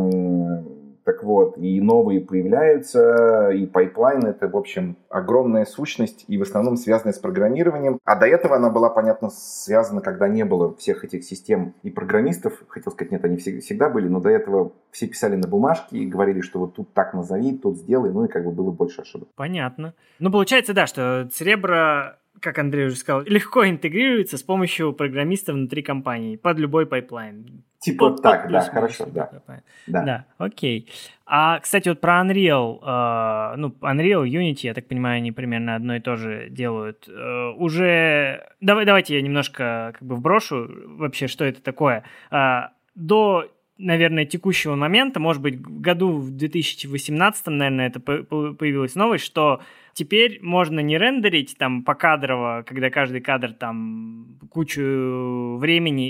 Так вот, и новые появляются, и пайплайн — это, в общем, огромная сущность, и в основном связанная с программированием. А до этого она была, понятно, связана, когда не было всех этих систем и программистов. Хотел сказать, нет, они всегда были, но до этого все писали на бумажке и говорили, что вот тут так назови, тут сделай, ну и как бы было больше ошибок. Понятно. Ну, получается, да, что Cerebro, как Андрей уже сказал, легко интегрируется с помощью программистов внутри компании под любой пайплайн. Типа под, так, под да, хорошо, да. да. Да, окей. А, кстати, вот про Unreal, э, ну, Unreal, Unity, я так понимаю, они примерно одно и то же делают. Э, уже, давай, давайте я немножко как бы вброшу вообще, что это такое. Э, до, наверное, текущего момента, может быть, в году в две тысячи восемнадцатом, наверное, это появилась новость, что теперь можно не рендерить там покадрово, когда каждый кадр там кучу времени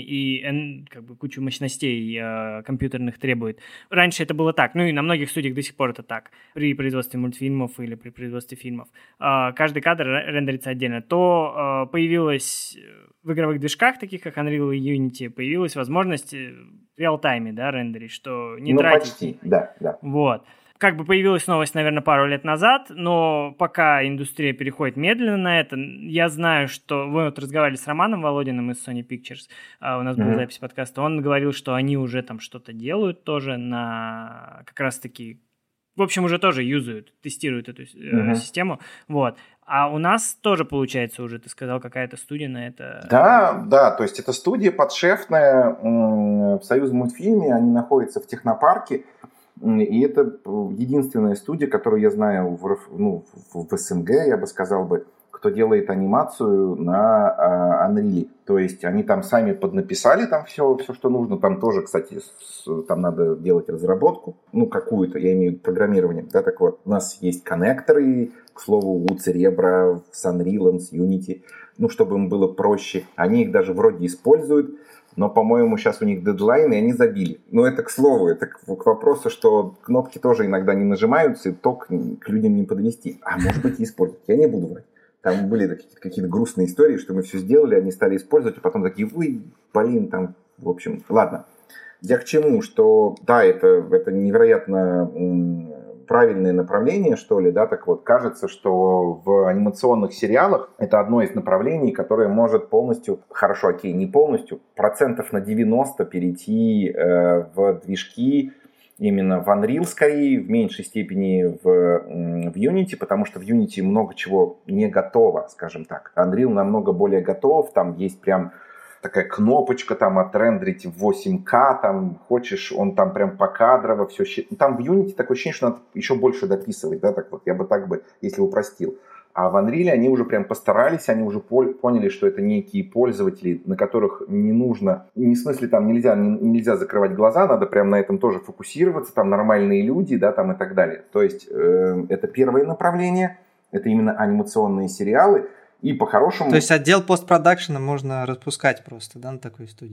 и как бы кучу мощностей э, компьютерных требует. Раньше это было так, ну и на многих студиях до сих пор это так. При производстве мультфильмов или при производстве фильмов. Э, каждый кадр рендерится отдельно. То э, появилась в игровых движках, таких как Unreal и Unity, появилась возможность в реал-тайме, да, рендерить, что не ну, тратить. Почти, да, да. Вот. Как бы появилась новость, наверное, пару лет назад, но пока индустрия переходит медленно на это, я знаю, что... Вы вот разговаривали с Романом Володиным из Sony Pictures, а у нас была mm-hmm. запись подкаста, он говорил, что они уже там что-то делают тоже на... Как раз-таки... В общем, уже тоже юзают, тестируют эту mm-hmm. систему. Вот. А у нас тоже, получается, уже, ты сказал, какая-то студия на это... Да, да, то есть это студия подшефная в Союзмультфильме, они находятся в технопарке. И это единственная студия, которую я знаю в, ну, в СНГ, я бы сказал бы, кто делает анимацию на Unreal. То есть они там сами поднаписали там все, все, что нужно. Там тоже, кстати, с, там надо делать разработку, ну, какую-то, я имею в виду программирование. Да, так вот, у нас есть коннекторы, к слову, у Cerebro, с Unreal, с Unity, ну, чтобы им было проще. Они их даже вроде используют. Но, по-моему, сейчас у них дедлайн, и они забили. Но это к слову, это к, к вопросу, что кнопки тоже иногда не нажимаются, и ток к людям не подвести. А может быть и использовать. Я не буду врать. Там были какие-то, какие-то грустные истории, что мы все сделали, они стали использовать, а потом такие, ой, блин, там, в общем, ладно. Я к чему, что, да, это, это невероятно м- правильное направление, что ли, да, так вот, кажется, что в анимационных сериалах это одно из направлений, которое может полностью, хорошо, окей, не полностью, процентов на девяносто перейти э, в движки именно в Unreal скорее, в меньшей степени в, в Unity, потому что в Unity много чего не готово, скажем так. Unreal намного более готов, там есть прям такая кнопочка там отрендерить в восемь ка, там хочешь, он там прям покадрово все. Там в Unity такое ощущение, что надо еще больше дописывать, да, так вот, я бы так бы, если упростил. А в Unreal они уже прям постарались, они уже поняли, что это некие пользователи, на которых не нужно, не в смысле там нельзя, не, нельзя закрывать глаза, надо прям на этом тоже фокусироваться, там нормальные люди, да, там и так далее. То есть э, это первое направление, это именно анимационные сериалы. И по-хорошему... То есть отдел постпродакшена можно распускать просто, да, на такой студии?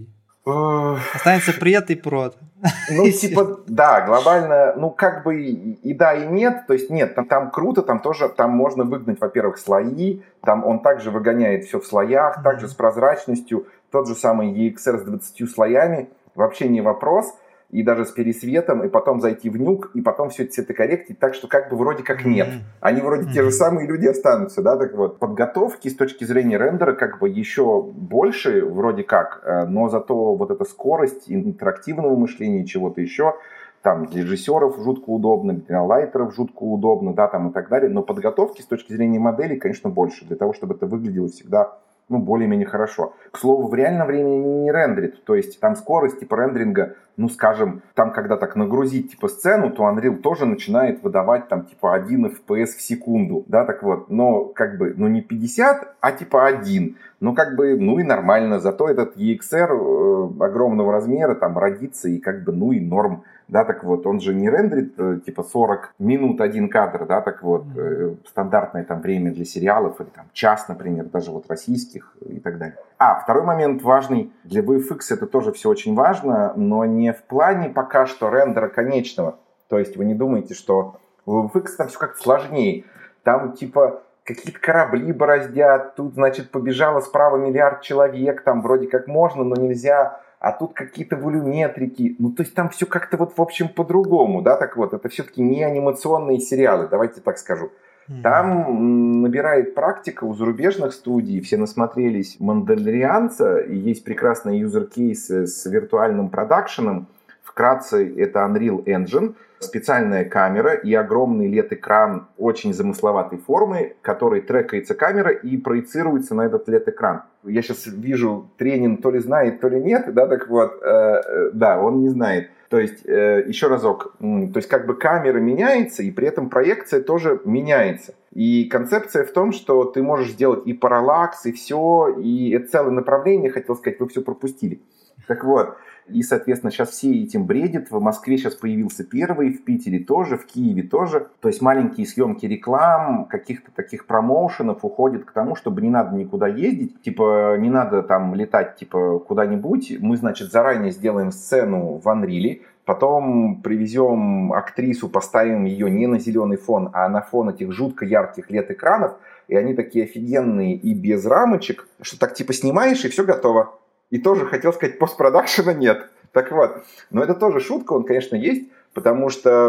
Останется пред и прод. Ну, типа, да, глобально, ну, как бы и, и да, и нет. То есть, нет, там, там круто, там тоже, там можно выгнать, во-первых, слои, там он также выгоняет все в слоях, mm-hmm. также с прозрачностью. Тот же самый и экс эр с двадцатью слоями, вообще не вопрос. И даже с пересветом, и потом зайти в нюк, и потом все это цветокорректить, так что как бы вроде как нет. Они вроде mm-hmm. те же самые люди останутся, да, так вот. Подготовки с точки зрения рендера как бы еще больше, вроде как, но зато вот эта скорость интерактивного мышления, чего-то еще, там для режиссеров жутко удобно, для лайтеров жутко удобно, да, там и так далее, но подготовки с точки зрения модели, конечно, больше, для того, чтобы это выглядело всегда ну, более-менее хорошо. К слову, в реальном времени не рендерит, то есть там скорость типа рендеринга, ну, скажем, там, когда так нагрузить типа сцену, то Unreal тоже начинает выдавать там типа один эф пи эс в секунду, да, так вот, но как бы, ну, не пятьдесят, а типа один, ну, как бы, ну, и нормально, зато этот и экс эр э, огромного размера там родится и как бы, ну, и норм. Да, так вот, он же не рендерит э, типа сорок минут один кадр, да, так вот, э, стандартное там время для сериалов, или там час, например, даже вот российских и так далее. А, второй момент важный, для ви эф икс это тоже все очень важно, но не в плане пока что рендера конечного. То есть вы не думаете, что в ви эф икс там все как-то сложнее. Там типа какие-то корабли бороздят, тут, значит, побежало справа миллиард человек, там вроде как можно, но нельзя... А тут какие-то волюметрики. Ну, то есть там все как-то вот, в общем, по-другому, да, так вот. Это все-таки не анимационные сериалы, давайте так скажу. Mm-hmm. Там набирает практика у зарубежных студий. Все насмотрелись «Мандалорианца», и есть прекрасные юзер-кейсы с виртуальным продакшеном. Вкратце, это Unreal Engine, специальная камера и огромный лед-экран очень замысловатой формы, который трекается камера и проецируется на этот лед-экран. Я сейчас вижу, тренин то ли знает, то ли нет, да, так вот, э, да, он не знает. То есть, э, еще разок, то есть как бы камера меняется, и при этом проекция тоже меняется. И концепция в том, что ты можешь сделать и параллакс, и все, и это целое направление, хотел сказать, вы все пропустили. Так вот, и, соответственно, сейчас все этим бредят. В Москве сейчас появился первый, в Питере тоже, в Киеве тоже. То есть маленькие съемки реклам, каких-то таких промоушенов уходят к тому, чтобы не надо никуда ездить. Типа, не надо там летать типа куда-нибудь. Мы, значит, заранее сделаем сцену в Unreal, потом привезем актрису, поставим ее не на зеленый фон, а на фон этих жутко ярких лед-экранов. И они такие офигенные и без рамочек, что так типа снимаешь, и все готово. И тоже, хотел сказать, постпродакшена нет. Так вот, но это тоже шутка, он, конечно, есть, потому что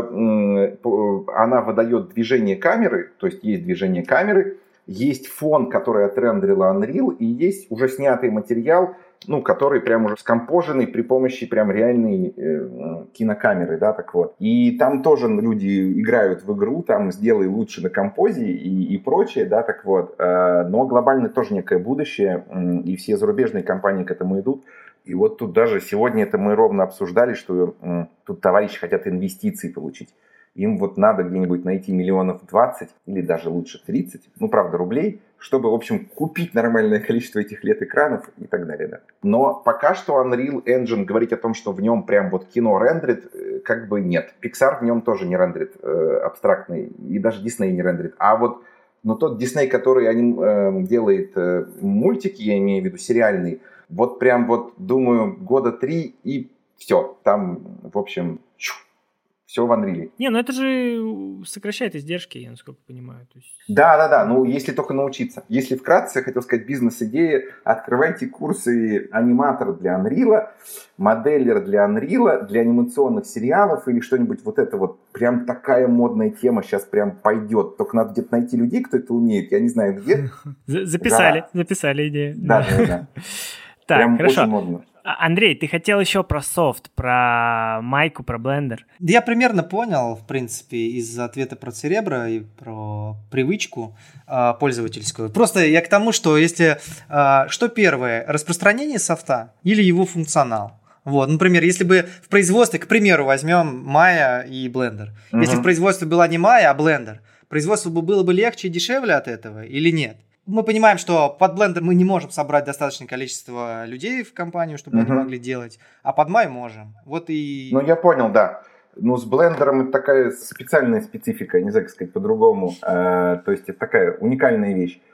м- она выдает движение камеры, то есть есть движение камеры, есть фон, который отрендерила Unreal, и есть уже снятый материал, ну, который прям уже скомпоженный при помощи прям реальной э, кинокамеры, да, так вот. И там тоже люди играют в игру, там сделай лучше на композе и, и прочее, да, так вот. Э, но глобально тоже некое будущее, э, и все зарубежные компании к этому идут. И вот тут даже сегодня это мы ровно обсуждали, что э, тут товарищи хотят инвестиции получить. Им вот надо где-нибудь найти миллионов двадцать или даже лучше тридцать, ну, правда, рублей, чтобы, в общем, купить нормальное количество этих лед-экранов и так далее, да. Но пока что Unreal Engine, говорить о том, что в нем прям вот кино рендерит, как бы нет. Pixar в нем тоже не рендерит э, абстрактный, и даже Disney не рендерит. А вот, но тот Disney, который они, э, делает э, мультики, я имею в виду сериальные, вот прям вот, думаю, года три и все. Там, в общем, чу, все в Unreal. Не, ну это же сокращает издержки, я насколько понимаю. То есть... Да, да, да, ну если только научиться. Если вкратце, я хотел сказать, бизнес-идея, открывайте курсы аниматор для Unreal, моделлер для Unreal, для анимационных сериалов или что-нибудь вот это вот. Прям такая модная тема сейчас прям пойдет. Только надо где-то найти людей, кто это умеет. Я не знаю где. Записали, записали идею. Да, да, да. Так, прям хорошо. очень модно. Андрей, ты хотел еще про софт, про майку, про блендер? Да я примерно понял, в принципе, из ответа про Cerebro и про привычку э, пользовательскую. Просто я к тому, что если... Э, что первое, распространение софта или его функционал? Вот, например, если бы в производстве, к примеру, возьмем Maya и Blender. Uh-huh. Если в производстве была не Maya, а Blender, производство было бы легче и дешевле от этого или нет? Мы понимаем, что под Blender мы не можем собрать достаточное количество людей в компанию, чтобы uh-huh. они могли делать, а под Maya можем. Вот и... Ну, я понял, да. Ну, с блендером это такая специальная специфика, не знаю, как сказать по-другому. Э, то есть это такая уникальная вещь.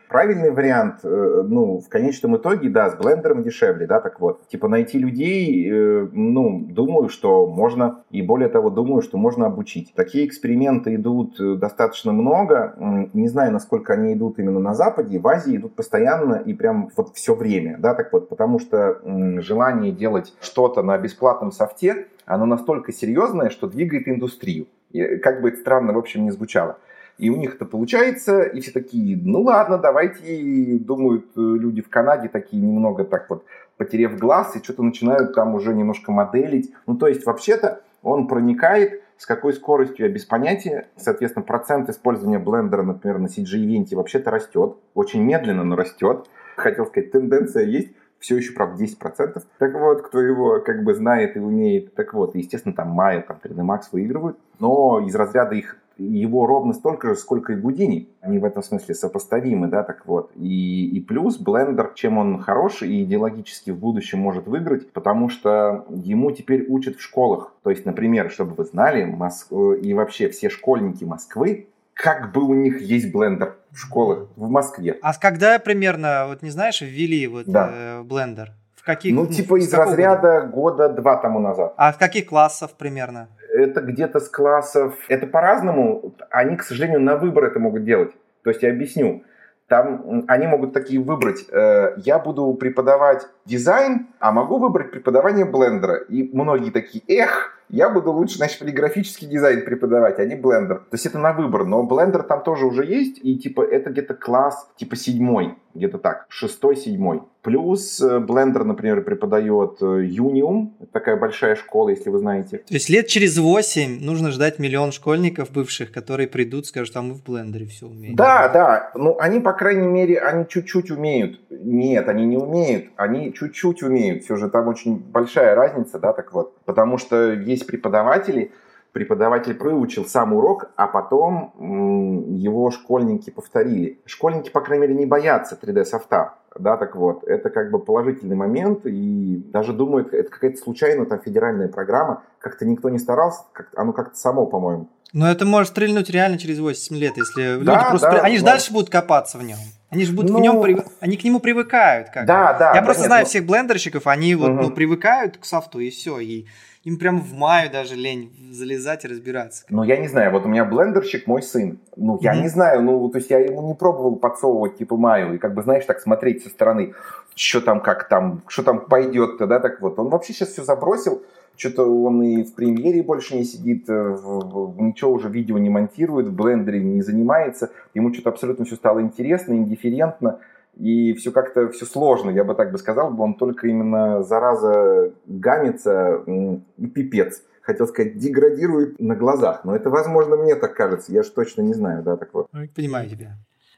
Правильный вариант, ну, в конечном итоге, да, с блендером дешевле, да, так вот. Типа найти людей, ну, думаю, что можно, и более того, думаю, что можно обучить. Такие эксперименты идут достаточно много, не знаю, насколько они идут именно на Западе, в Азии идут постоянно и прям вот все время, да, так вот, потому что желание делать что-то на бесплатном софте, оно настолько серьезное, что двигает индустрию. И, как бы это странно, в общем, не звучало. И у них это получается, и все такие, ну ладно, давайте, и думают люди в Канаде такие немного так вот, потеряв глаз, и что-то начинают там уже немножко моделить. Ну, то есть, вообще-то, он проникает, с какой скоростью я без понятия. Соответственно, процент использования блендера, например, на си джи-ивенте вообще-то растет. Очень медленно, но растет. Хотел сказать, тенденция есть. Все еще, правда, десять процентов. Так вот, кто его как бы знает и умеет. Так вот, естественно, там Maya, там три дэ Max выигрывают. Но из разряда их его ровно столько же, сколько и Houdini. Они в этом смысле сопоставимы, да, так вот. И, и плюс Blender, чем он хороший и идеологически в будущем может выиграть, потому что ему теперь учат в школах. То есть, например, чтобы вы знали, Моск... и вообще все школьники Москвы, как бы у них есть Blender в школах в Москве. А когда примерно, вот не знаешь, ввели вот да. э, Blender? В каких? Ну, типа из разряда года? года два тому назад. А в каких классов примерно? Это где-то с классов... Это по-разному. Они, к сожалению, на выбор это могут делать. То есть я объясню. Там они могут такие выбрать. Э, я буду преподавать дизайн, а могу выбрать преподавание блендера. И многие такие, эх, я буду лучше, значит, полиграфический дизайн преподавать, а не блендер. То есть это на выбор. Но блендер там тоже уже есть. И типа это где-то класс типа седьмой. Где-то так. Шестой, седьмой. Плюс блендер, например, преподает Unium. Это такая большая школа, если вы знаете. То есть лет через восемь нужно ждать миллион школьников бывших, которые придут, скажут, а мы в блендере все умеем. Да, да. Ну, они, по крайней мере, они чуть-чуть умеют. Нет, они не умеют. Они чуть-чуть умеют. Все же там очень большая разница, да, так вот. Потому что есть преподаватели, преподаватель выучил сам урок, а потом м, его школьники повторили. Школьники, по крайней мере, не боятся три дэ софта. Да, так вот, это как бы положительный момент, и даже думают, это какая-то случайная там федеральная программа, как-то никто не старался, как оно как-то само, по-моему. Но это может стрельнуть реально через восемь лет, если да, люди просто... Да, они же да. дальше будут копаться в нем. Они же будут ну... в нем... Прив... Они к нему привыкают. Как да, бы. да. Я да, просто нет, знаю ну... всех блендерщиков, они вот, угу. ну, привыкают к софту, и все, и им прям в маю даже лень залезать и разбираться. Ну, я не знаю, вот у меня блендерщик мой сын. Ну, я mm-hmm. не знаю, ну, то есть я ему не пробовал подсовывать типа маю, и как бы, знаешь, так смотреть со стороны, что там, как там, что там пойдет-то, да, так вот. Он вообще сейчас все забросил, что-то он и в премьере больше не сидит, в, в, ничего уже видео не монтирует, в блендере не занимается, ему что-то абсолютно все стало интересно, индифферентно. И все как-то, все сложно, я бы так бы сказал, он только именно, зараза, гамится и пипец. Хотел сказать, деградирует на глазах. Но это, возможно, мне так кажется. Я же точно не знаю, да, так вот. Понимаю тебя.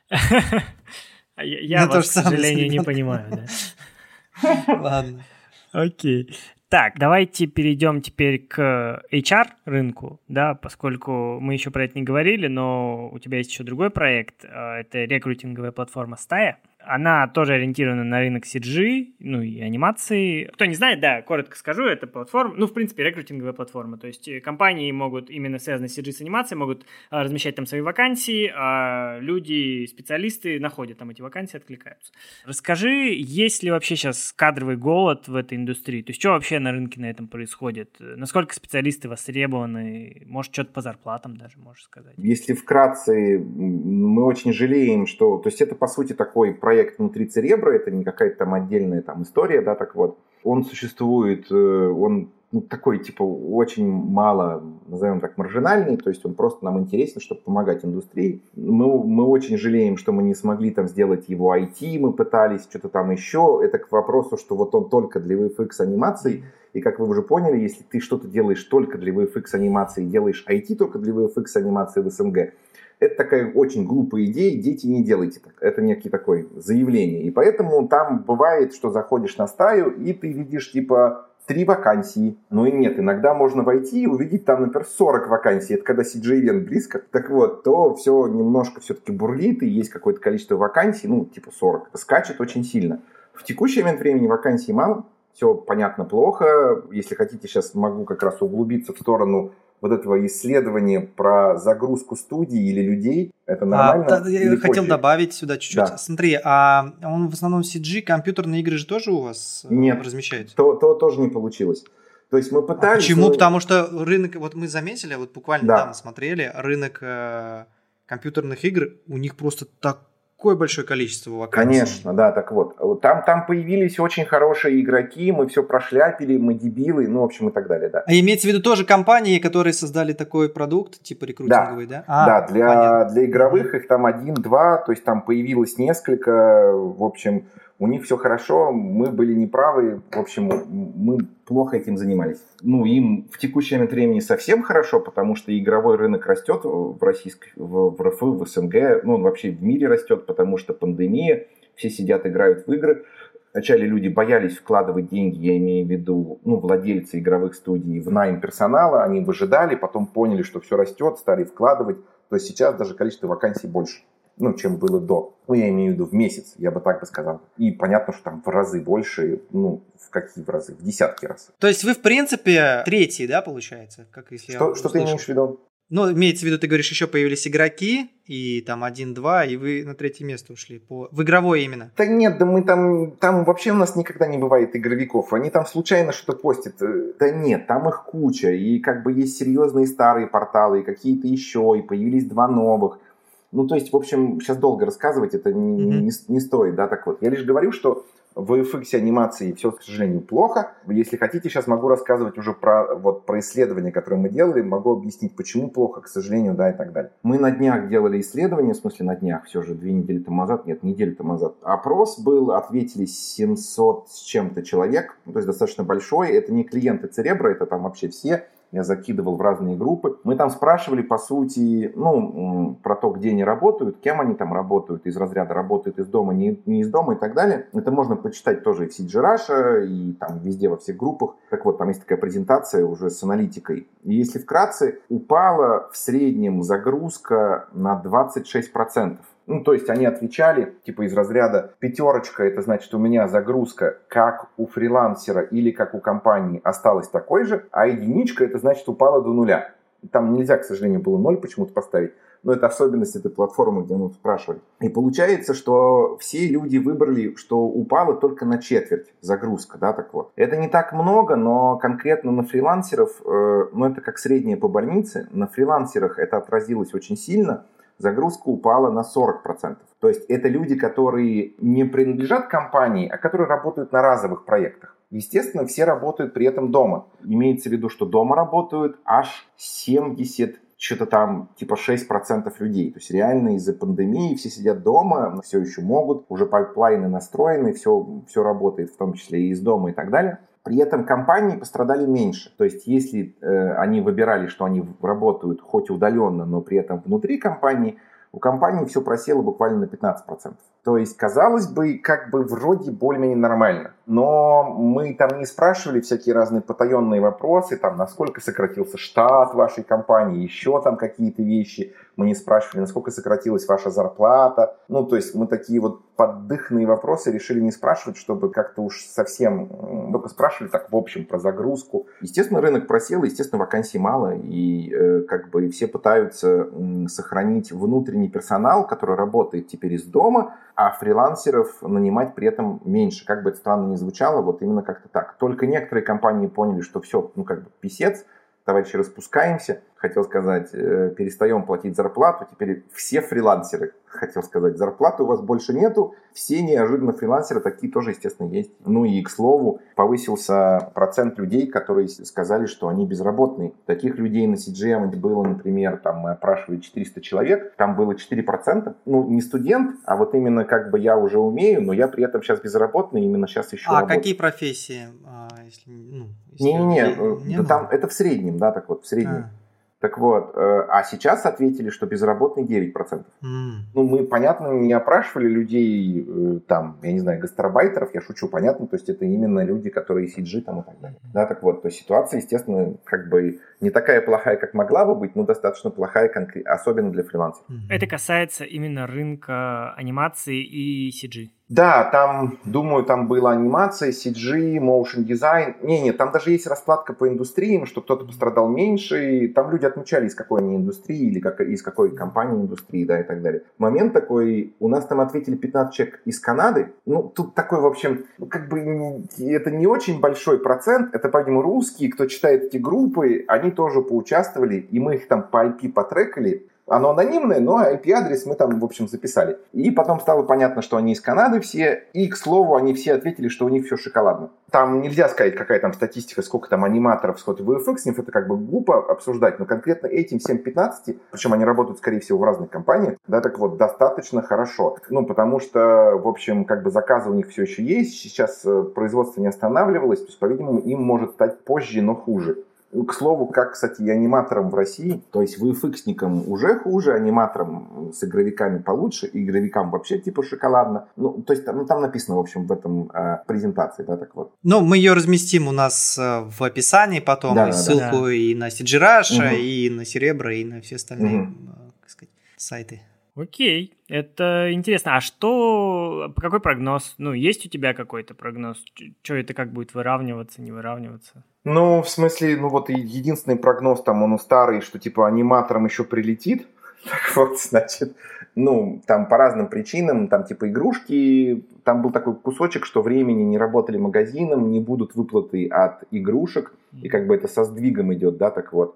Я вас, к сожалению, не понимаю, да. Ладно. Окей. Так, давайте перейдем теперь к эйч ар рынку, да, поскольку мы еще про это не говорили, но у тебя есть еще другой проект, это рекрутинговая платформа Стая. Она тоже ориентирована на рынок си джи, ну и анимации. Кто не знает, да, коротко скажу, это платформа, ну, в принципе, рекрутинговая платформа. То есть компании могут, именно связанные с си джи, с анимацией, могут а, размещать там свои вакансии, а люди, специалисты находят там эти вакансии, откликаются. Расскажи, есть ли вообще сейчас кадровый голод в этой индустрии? То есть что вообще на рынке на этом происходит? Насколько специалисты востребованы? Может, что-то по зарплатам даже, можешь сказать? Если вкратце, мы очень жалеем, что... То есть это, по сути, такой проект внутри Церебра, это не какая-то там отдельная там история, да, так вот. Он существует, он ну, такой, типа, очень мало, назовем так, маржинальный, то есть он просто нам интересен, чтобы помогать индустрии. Мы, мы очень жалеем, что мы не смогли там сделать его ай ти, мы пытались, что-то там еще. Это к вопросу, что вот он только для ви эф икс анимаций, и как вы уже поняли, если ты что-то делаешь только для ви эф икс анимации, делаешь ай ти только для ви эф икс анимации в СНГ, это такая очень глупая идея, дети, не делайте так. Это некий такой заявление. И поэтому там бывает, что заходишь на Стаю, и ты видишь типа три вакансии. Ну и нет, иногда можно войти и увидеть там, например, сорок вакансий. Это когда си джи-ивент близко. Так вот, то все немножко все-таки бурлит, и есть какое-то количество вакансий, ну типа сорок. Скачет очень сильно. В текущий момент времени вакансий мало. Все понятно, плохо. Если хотите, сейчас могу как раз углубиться в сторону вот этого исследования про загрузку студии или людей, это нормально? А, да, я хотел позже? добавить сюда чуть-чуть. Да. Смотри, а он в основном си джи, компьютерные игры же тоже у вас Нет, размещаются? то, то тоже не получилось. То есть мы пытались... А почему? Но... Потому что рынок, вот мы заметили, вот буквально да. недавно смотрели, рынок э, компьютерных игр, у них просто такое большое количество вакансий. Конечно, да, так вот. Там, там появились очень хорошие игроки, мы все прошляпили, мы дебилы, ну, в общем, и так далее, да. А имеется в виду тоже компании, которые создали такой продукт, типа рекрутинговый, да? Да, а, да для, понятно. Для игровых их там один-два, то есть там появилось несколько, в общем... У них все хорошо, мы были неправы, в общем, мы плохо этим занимались. Ну, им в текущий момент времени совсем хорошо, потому что игровой рынок растет в российской, в, в РФ, в СНГ, ну, он вообще в мире растет, потому что пандемия, все сидят, играют в игры. Вначале люди боялись вкладывать деньги, я имею в виду, ну, владельцы игровых студий, в найм персонала, они выжидали, потом поняли, что все растет, стали вкладывать, то есть сейчас даже количество вакансий больше. Ну, чем было до. Ну, я имею в виду в месяц, я бы так бы сказал. И понятно, что там в разы больше, ну, в какие в разы? В десятки раз. То есть вы, в принципе, третий, да, получается? Как если что я что ты имеешь в виду? Ну, имеется в виду, ты говоришь, еще появились игроки, и там один-два, и вы на третье место ушли. По... В игровое именно. Да нет, да мы там... Там вообще у нас никогда не бывает игровиков. Они там случайно что-то постят. Да нет, там их куча. И как бы есть серьезные старые порталы, и какие-то еще, и появились два новых. Ну, то есть, в общем, сейчас долго рассказывать это не, mm-hmm. не, не стоит, да, так вот. Я лишь говорю, что в эф икс анимации все, к сожалению, плохо. Если хотите, сейчас могу рассказывать уже про, вот, про исследования, которые мы делали, могу объяснить, почему плохо, к сожалению, да, и так далее. Мы на днях делали исследование, в смысле на днях, все же две недели тому назад, нет, неделю тому назад. Опрос был, ответили семьсот с чем-то человек, ну, то есть достаточно большой. Это не клиенты Церебра, это там вообще все. Я закидывал в разные группы. Мы там спрашивали, по сути, ну, про то, где они работают, кем они там работают, из разряда работают из дома, не, не из дома и так далее. Это можно почитать тоже и в си джи Russia, и там везде во всех группах. Так вот, там есть такая презентация уже с аналитикой. И если вкратце, упала в среднем загрузка на двадцать шесть процентов. Ну, то есть они отвечали, типа из разряда пятерочка, это значит у меня загрузка как у фрилансера или как у компании осталась такой же, а единичка это значит упала до нуля. Там нельзя, к сожалению, было ноль почему-то поставить, но это особенность этой платформы, где мы спрашивали. И получается, что все люди выбрали, что упала только на четверть загрузка, да, так вот. Это не так много, но конкретно на фрилансеров, э, ну это как среднее по больнице, на фрилансерах это отразилось очень сильно. Загрузка упала на сорок процентов. То есть это люди, которые не принадлежат компании, а которые работают на разовых проектах. Естественно, все работают при этом дома. Имеется в виду, что дома работают аж семьдесят, что-то там типа шесть процентов людей. То есть реально из-за пандемии все сидят дома, все еще могут, уже пайплайны настроены, все, все работает, в том числе и из дома и так далее. При этом компании пострадали меньше. То есть, если э, они выбирали, что они работают хоть удаленно, но при этом внутри компании, у компании все просело буквально на пятнадцать процентов. То есть, казалось бы, как бы вроде более-менее нормально. Но мы там не спрашивали всякие разные потаенные вопросы, там, насколько сократился штат вашей компании, еще там какие-то вещи. Мы не спрашивали, насколько сократилась ваша зарплата. Ну, то есть, мы такие вот поддыхные вопросы решили не спрашивать, чтобы как-то уж совсем... Только спрашивали так в общем про загрузку. Естественно, рынок просел, естественно, вакансий мало. И э, как бы все пытаются э, сохранить внутренний персонал, который работает теперь из дома, а фрилансеров нанимать при этом меньше. Как бы это странно ни звучало, вот именно как-то так. Только некоторые компании поняли, что все, ну как бы писец, товарищи, распускаемся. Хотел сказать, э, перестаем платить зарплату. Теперь все фрилансеры, хотел сказать, зарплаты у вас больше нету. Все неожиданно фрилансеры, такие тоже, естественно, есть. Ну и, к слову, повысился процент людей, которые сказали, что они безработные. Таких людей на си джи эм было, например, там мы опрашивали четыреста человек, там было четыре процента. Ну, не студент, а вот именно как бы я уже умею, но я при этом сейчас безработный, именно сейчас еще А работаю. Какие профессии? А, если, ну, если Не-не-не, не да там это в среднем, да, так вот, в среднем. А. Так вот, а сейчас ответили, что безработные девять процентов. Mm. Ну, мы, понятно, не опрашивали людей, там, я не знаю, гастарбайтеров, я шучу, понятно, то есть это именно люди, которые си джи там и так далее. Да, так вот, то есть ситуация, естественно, как бы не такая плохая, как могла бы быть, но достаточно плохая, особенно для фрилансеров. Это касается именно рынка анимации и си джи. Да, там, думаю, там была анимация, си джи, motion design. Не-не, там даже есть раскладка по индустриям, что кто-то пострадал меньше. И там люди отмечали, из какой они индустрии или как, из какой компании индустрии, да, и так далее. Момент такой, у нас там ответили пятнадцать человек из Канады. Ну, тут такой, в общем, ну, как бы это не очень большой процент. Это, по-моему, русские, кто читает эти группы, они тоже поучаствовали, и мы их там по ай пи потрекали. Оно анонимное, но ай пи-адрес мы там, в общем, записали. И потом стало понятно, что они из Канады все. И, к слову, они все ответили, что у них все шоколадно. Там нельзя сказать, какая там статистика, сколько там аниматоров, сколько ви эф экс, это как бы глупо обсуждать. Но конкретно этим всем пятнадцати, причем они работают, скорее всего, в разных компаниях, да, так вот, достаточно хорошо. Ну, потому что, в общем, как бы заказы у них все еще есть. Сейчас производство не останавливалось. То есть, по-видимому, им может стать позже, но хуже. К слову, как, кстати, и аниматорам в России, то есть ви эф экс-никам уже хуже, аниматорам с игровиками получше, и игровикам вообще типа шоколадно. Ну, то есть ну, там написано, в общем, в этом э, презентации, да, так вот. Ну, мы ее разместим у нас в описании потом, да, и да, ссылку да. и на си джи Rush, угу. и на Серебро, и на все остальные, угу. как сказать, сайты. Окей, это интересно. А что, какой прогноз? Ну, есть у тебя какой-то прогноз? Что это как будет выравниваться, не выравниваться? Ну, в смысле, ну вот единственный прогноз там, он старый, что типа аниматорам еще прилетит. Так вот, значит, ну, там по разным причинам, там типа игрушки, там был такой кусочек, что времени не работали магазином, не будут выплаты от игрушек, и как бы это со сдвигом идет, да, так вот.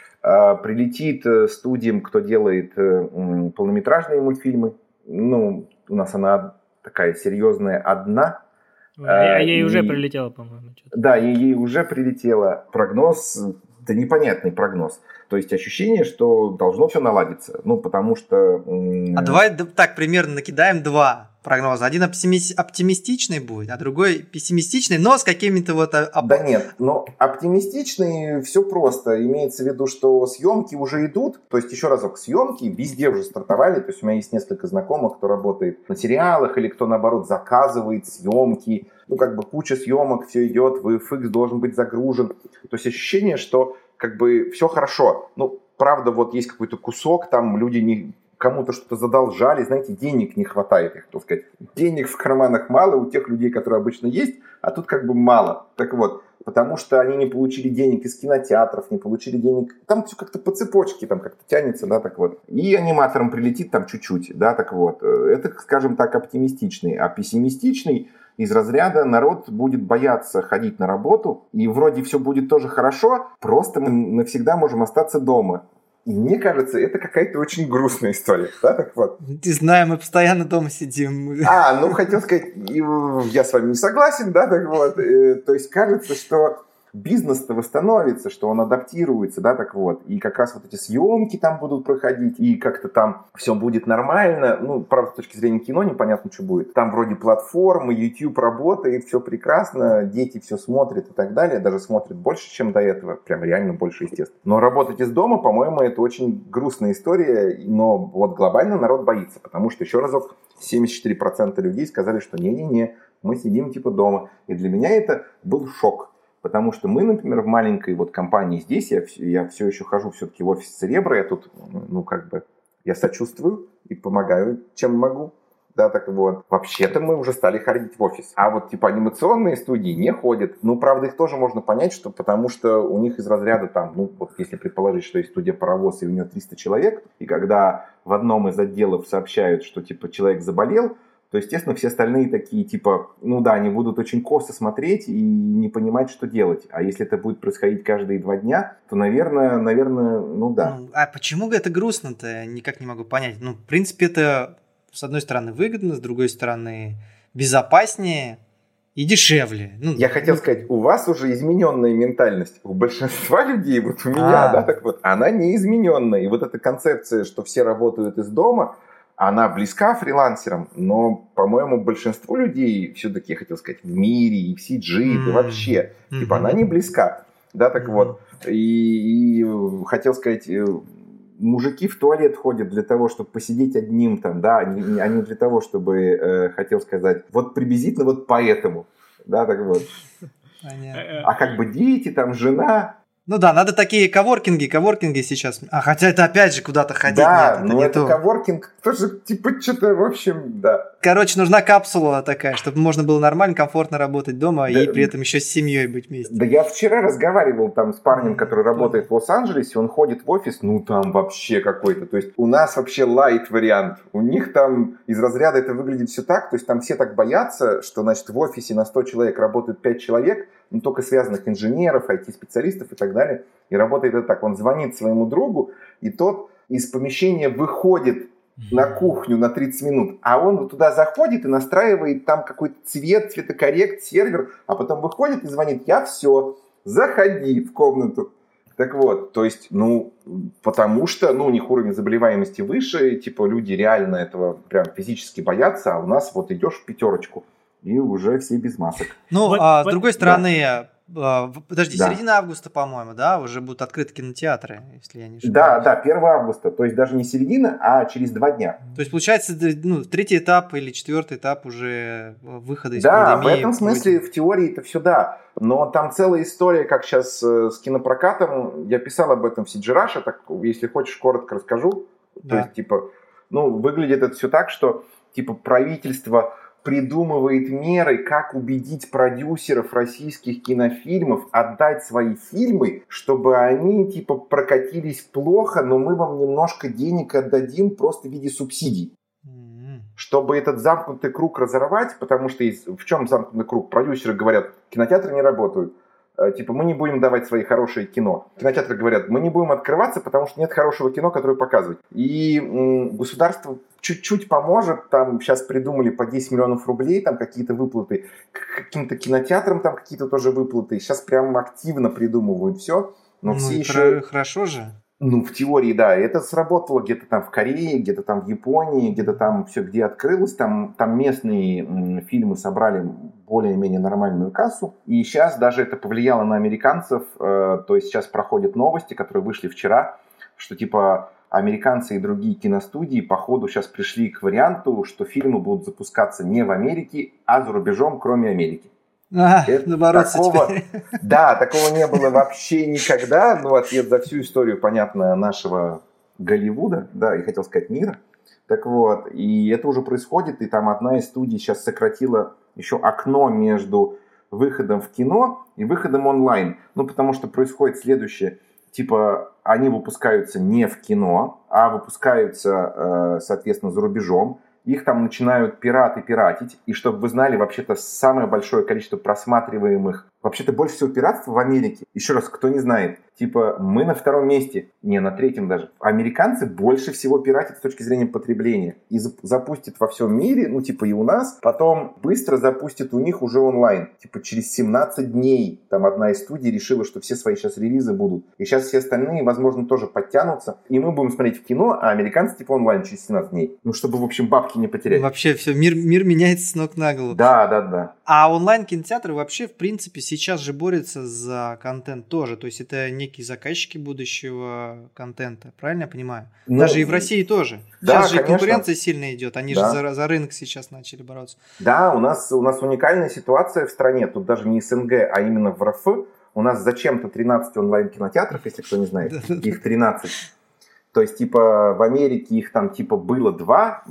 Прилетит студиям, кто делает полнометражные мультфильмы. Ну, у нас она такая серьезная одна. А, а ей и... уже прилетело, по-моему. Что-то. Да, ей уже прилетело. Прогноз, да непонятный прогноз. То есть ощущение, что должно все наладиться. Ну, потому что... А давай так примерно накидаем два прогноза. Один оптими- оптимистичный будет, а другой пессимистичный, но с какими-то вот... Оп... Да нет, но оптимистичный все просто. Имеется в виду, что съемки уже идут. То есть, еще разок, съемки везде уже стартовали. То есть, у меня есть несколько знакомых, кто работает на сериалах или кто, наоборот, заказывает съемки. Ну, как бы куча съемок, все идет, ви эф экс должен быть загружен. То есть, ощущение, что как бы все хорошо. Ну, правда, вот есть какой-то кусок, там люди не... кому-то что-то задолжали, знаете, денег не хватает, я хотел сказать. Денег в карманах мало у тех людей, которые обычно есть, а тут как бы мало. Так вот, потому что они не получили денег из кинотеатров, не получили денег, там все как-то по цепочке, там как-то тянется, да, так вот. И аниматорам прилетит там чуть-чуть, да, так вот. Это, скажем так, оптимистичный, а пессимистичный из разряда народ будет бояться ходить на работу, и вроде все будет тоже хорошо, просто мы навсегда можем остаться дома. И мне кажется, это какая-то очень грустная история, да, так вот. Не знаю, мы постоянно дома сидим. А, ну, хотел сказать, я с вами не согласен, да, так вот. То есть, кажется, что бизнес-то восстановится, что он адаптируется, да, так вот. И как раз вот эти съемки там будут проходить, и как-то там все будет нормально. Ну, правда, с точки зрения кино непонятно, что будет. Там вроде платформы, YouTube работает, все прекрасно, дети все смотрят и так далее. Даже смотрят больше, чем до этого. Прям реально больше, естественно. Но работать из дома, по-моему, это очень грустная история. Но вот глобально народ боится, потому что, еще разок, семьдесят четыре процента людей сказали, что не-не-не, мы сидим типа дома. И для меня это был шок. Потому что мы, например, в маленькой вот компании здесь, я, я все еще хожу все-таки в офис Серебра, я тут, ну, как бы, я сочувствую и помогаю, чем могу. Да, так вот. Вообще-то мы уже стали ходить в офис. А вот, типа, анимационные студии не ходят. Ну, правда, их тоже можно понять, что потому что у них из разряда там, ну, вот если предположить, что есть студия «Паровоз», и у нее триста человек, и когда в одном из отделов сообщают, что, типа, человек заболел, то, естественно, все остальные такие, типа, ну да, они будут очень косо смотреть и не понимать, что делать. А если это будет происходить каждые два дня, то, наверное, наверное, ну да. Ну, а почему это грустно-то? Никак не могу понять. Ну, в принципе, это, с одной стороны, выгодно, с другой стороны, безопаснее и дешевле. Ну, Я хотел сказать, у вас уже измененная ментальность. У большинства людей, вот у меня, А-а-а. да, так вот, она не измененная. И вот эта концепция, что все работают из дома, она близка фрилансерам, но, по-моему, большинству людей все-таки, я хотел сказать, в мире и в си джи, mm-hmm. да вообще, mm-hmm. типа, она не близка. Да, так mm-hmm. вот. И, и хотел сказать, мужики в туалет ходят для того, чтобы посидеть одним там, да, а не, а не для того, чтобы, э, хотел сказать, вот приблизительно вот поэтому. Да, так вот. Понятно. А как бы дети, там, жена... Ну да, надо такие коворкинги, коворкинги сейчас. А хотя это опять же куда-то ходить. Да, нет, но это, это коворкинг тоже типа что-то, в общем, да. Короче, нужна капсула такая, чтобы можно было нормально, комфортно работать дома да, и при этом еще с семьей быть вместе. Да я вчера разговаривал там с парнем, который работает в Лос-Анджелесе, он ходит в офис, ну там вообще какой-то. То есть у нас вообще лайт вариант. У них там из разряда это выглядит все так, то есть там все так боятся, что, значит, в офисе на сто человек работает пять человек, ну только связанных инженеров, ай ти-специалистов и так далее. И работает это так, он звонит своему другу, и тот из помещения выходит на кухню на тридцать минут, а он туда заходит и настраивает там какой-то цвет, цветокоррект, сервер, а потом выходит и звонит: я все, заходи в комнату. Так вот, то есть, ну, потому что, ну, у них уровень заболеваемости выше, типа люди реально этого прям физически боятся, а у нас вот идешь в пятерочку, и уже все без масок. Ну, вот, а вот, с другой стороны... Да. Подожди, да. середина августа, по-моему, да, уже будут открыты кинотеатры, если я не ошибаюсь. Да, да, первого августа, то есть даже не середина, а через два дня. То есть, получается, ну, третий этап или четвертый этап уже выхода из да, пандемии. Да, в этом смысле вроде... в теории это все да, но там целая история, как сейчас с кинопрокатом, я писал об этом в Си Джи Russia, так, если хочешь, коротко расскажу. Да. То есть, типа, ну, выглядит это все так, что, типа, правительство... придумывает меры, как убедить продюсеров российских кинофильмов отдать свои фильмы, чтобы они типа прокатились плохо, но мы вам немножко денег отдадим просто в виде субсидий. Mm-hmm. Чтобы этот замкнутый круг разорвать, потому что есть, в чем замкнутый круг? Продюсеры говорят, кинотеатры не работают. Типа, мы не будем давать свои хорошие кино. Кинотеатры говорят, мы не будем открываться, потому что нет хорошего кино, которое показывать. И м, государство чуть-чуть поможет. Там сейчас придумали по десять миллионов рублей, там какие-то выплаты. К каким-то кинотеатрам там какие-то тоже выплаты. Сейчас прям активно придумывают все. Но ну, все еще... Хорошо же. Ну, в теории, да. Это сработало где-то там в Корее, где-то там в Японии, где-то там все, где открылось. Там, там местные м, фильмы собрали более-менее нормальную кассу. И сейчас даже это повлияло на американцев. Э, то есть сейчас проходят новости, которые вышли вчера, что типа американцы и другие киностудии походу сейчас пришли к варианту, что фильмы будут запускаться не в Америке, а за рубежом, кроме Америки. А, такого, да, такого не было вообще никогда. Ну, ответ за всю историю, понятно, нашего Голливуда, да, и хотел сказать мира. Так вот, и это уже происходит, и там одна из студий сейчас сократила еще окно между выходом в кино и выходом онлайн. Ну, потому что происходит следующее. Типа, они выпускаются не в кино, а выпускаются, соответственно, за рубежом. Их там начинают пираты пиратить. И чтобы вы знали, вообще-то самое большое количество просматриваемых... Вообще-то больше всего пиратства в Америке. Еще раз, кто не знает. Типа, мы на втором месте. Не, на третьем даже. Американцы больше всего пиратят с точки зрения потребления. И запустят во всем мире, ну типа и у нас. Потом быстро запустят у них уже онлайн. Типа через семнадцать дней. Там одна из студий решила, что все свои сейчас релизы будут. И сейчас все остальные, возможно, тоже подтянутся. И мы будем смотреть в кино, а американцы типа онлайн через семнадцать дней. Ну, чтобы, в общем, бабки не потерять. Вообще все, мир, мир меняется с ног на голову. Да, да, да. А онлайн-кинотеатры вообще, в принципе, сейчас же борются за контент тоже. То есть это некие заказчики будущего контента. Правильно я понимаю? Ну, даже и в России тоже. Да, сейчас же конечно. конкуренция сильно идет. Они да. же за, за рынок сейчас начали бороться. Да, у нас, у нас уникальная ситуация в стране. Тут даже не СНГ, а именно в РФ. У нас зачем-то тринадцать онлайн-кинотеатров, если кто не знает. Их тринадцать. То есть, типа, в Америке их там, типа, было два.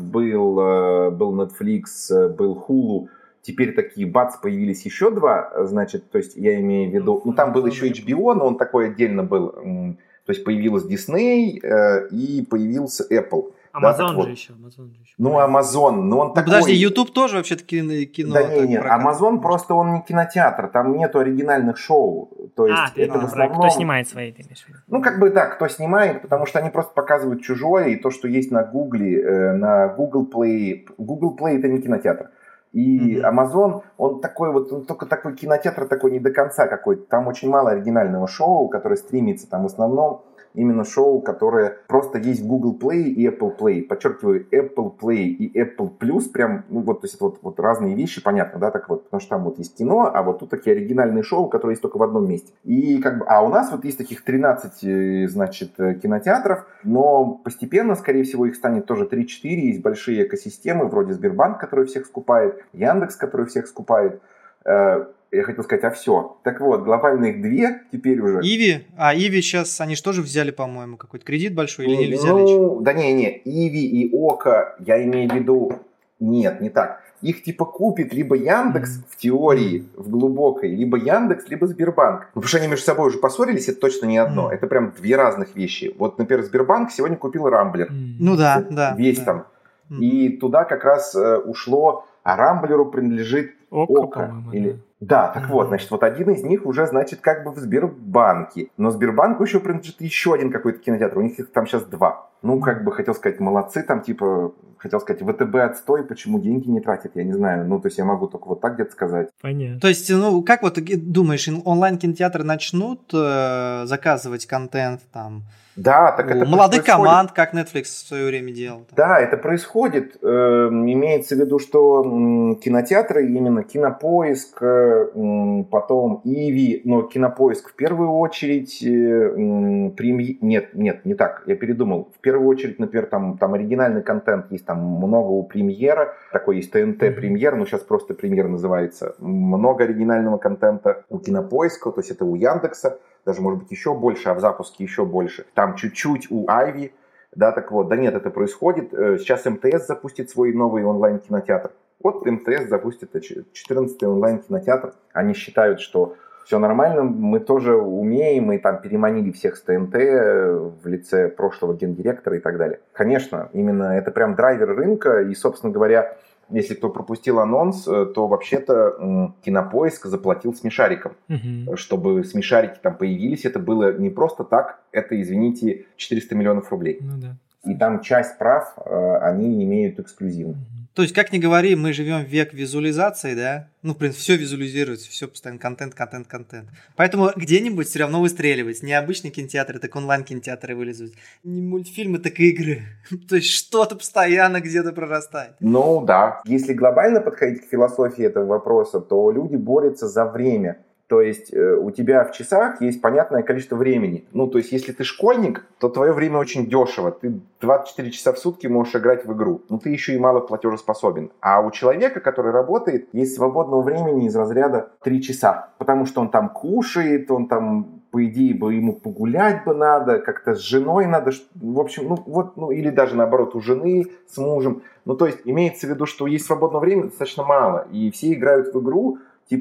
Был, был Netflix, был Hulu. Теперь такие, бац, появились еще два. Значит, то есть, я имею в виду... Ну, там был еще эйч би о, но он такой отдельно был. То есть, появилась Disney и появился Apple. Amazon да, же вот. еще. Amazon же еще. Ну, Amazon, но он ну, такой... Подожди, YouTube тоже вообще-то кино? Да не, не, Amazon просто он не кинотеатр, там нету оригинальных шоу. То есть а, это а, в основном... кто снимает свои, ты имеешь в виду? Ну, как бы да, кто снимает, потому что они просто показывают чужое, и то, что есть на Гугле, э, на Google Play. Google Play это не кинотеатр. И mm-hmm. Amazon, он такой вот, он только такой кинотеатр, такой не до конца какой-то. Там очень мало оригинального шоу, которое стримится, там в основном именно шоу, которое просто есть в Google Play и Apple Play. Подчеркиваю, Apple Play и Apple Plus, прям, ну вот, то есть вот, вот разные вещи, понятно, да, так вот, потому что там вот есть кино, а вот тут такие оригинальные шоу, которые есть только в одном месте. И как бы, а у нас вот есть таких тринадцать, значит, кинотеатров, но постепенно, скорее всего, их станет тоже три-четыре, есть большие экосистемы, вроде Сбербанк, который всех скупает, Яндекс, который всех скупает. Я хотел сказать, а все. Так вот, глобально их две теперь уже. Иви? А Иви сейчас, они же тоже взяли, по-моему, какой-то кредит большой или не взяли ну, еще? Да не, не, Иви и Ока, я имею в виду, нет, не так. Их типа купит либо Яндекс mm-hmm. в теории, в глубокой, либо Яндекс, либо Сбербанк. Ну, потому что они между собой уже поссорились, это точно не одно. Mm-hmm. Это прям две разных вещи. Вот, например, Сбербанк сегодня купил Рамблер. Mm-hmm. Ну да, да. Весь да. там. Mm-hmm. И туда как раз э, ушло, а Рамблеру принадлежит Ока. Ока или... да. Да, так mm-hmm. вот, значит, вот один из них уже, значит, как бы в Сбербанке. Но Сбербанку еще принадлежит еще один какой-то кинотеатр. У них их там сейчас два. Ну, как бы, хотел сказать, молодцы, там, типа, хотел сказать, ВТБ отстой, почему деньги не тратят, я не знаю. Ну, то есть я могу только вот так где-то сказать. Понятно. То есть, ну, как вот думаешь, онлайн-кинотеатры начнут э, заказывать контент там? Да, так это молодых происходит. Команд, как Netflix в свое время делал. Там. Да, это происходит. Э, имеется в виду, что м, кинотеатры, именно Кинопоиск, э, потом Иви, но Кинопоиск в первую очередь, э, премьер... Нет, нет, не так, я передумал. В первую очередь, например, там, там оригинальный контент есть, там много у Премьера, такой есть ТНТ mm-hmm. Премьер, ну сейчас просто Премьер называется. Много оригинального контента у Кинопоиска, то есть это у Яндекса. Даже, может быть, еще больше, а в запуске еще больше. Там чуть-чуть у Айви, да, так вот. Да нет, это происходит. Сейчас МТС запустит свой новый онлайн-кинотеатр. Вот МТС запустит четырнадцатый онлайн-кинотеатр. Они считают, что все нормально, мы тоже умеем, мы там переманили всех с ТНТ в лице прошлого гендиректора и так далее. Конечно, именно это прям драйвер рынка, и, собственно говоря, если кто пропустил анонс, то вообще-то Кинопоиск заплатил смешарикам. Uh-huh. Чтобы смешарики там появились, это было не просто так, это, извините, четыреста миллионов рублей. Ну, да. И там часть прав они имеют эксклюзивно. Uh-huh. То есть, как ни говори, мы живем в век визуализации, да? Ну, в принципе, все визуализируется, все постоянно контент, контент, контент. Поэтому где-нибудь все равно выстреливать. Не обычные кинотеатры, так онлайн-кинотеатры вылезут. Не мультфильмы, так игры. То есть, что-то постоянно где-то прорастает. Ну, да. Если глобально подходить к философии этого вопроса, то люди борются за время. То есть э, у тебя в часах есть понятное количество времени. Ну, то есть если ты школьник, то твое время очень дешево. Ты двадцать четыре часа в сутки можешь играть в игру. Но ты еще и мало платежеспособен. А у человека, который работает, есть свободного времени из разряда три часа. Потому что он там кушает, он там, по идее, бы ему погулять бы надо, как-то с женой надо. В общем, ну вот, ну или даже наоборот у жены с мужем. Ну, то есть имеется в виду, что есть свободного времени достаточно мало. И все играют в игру.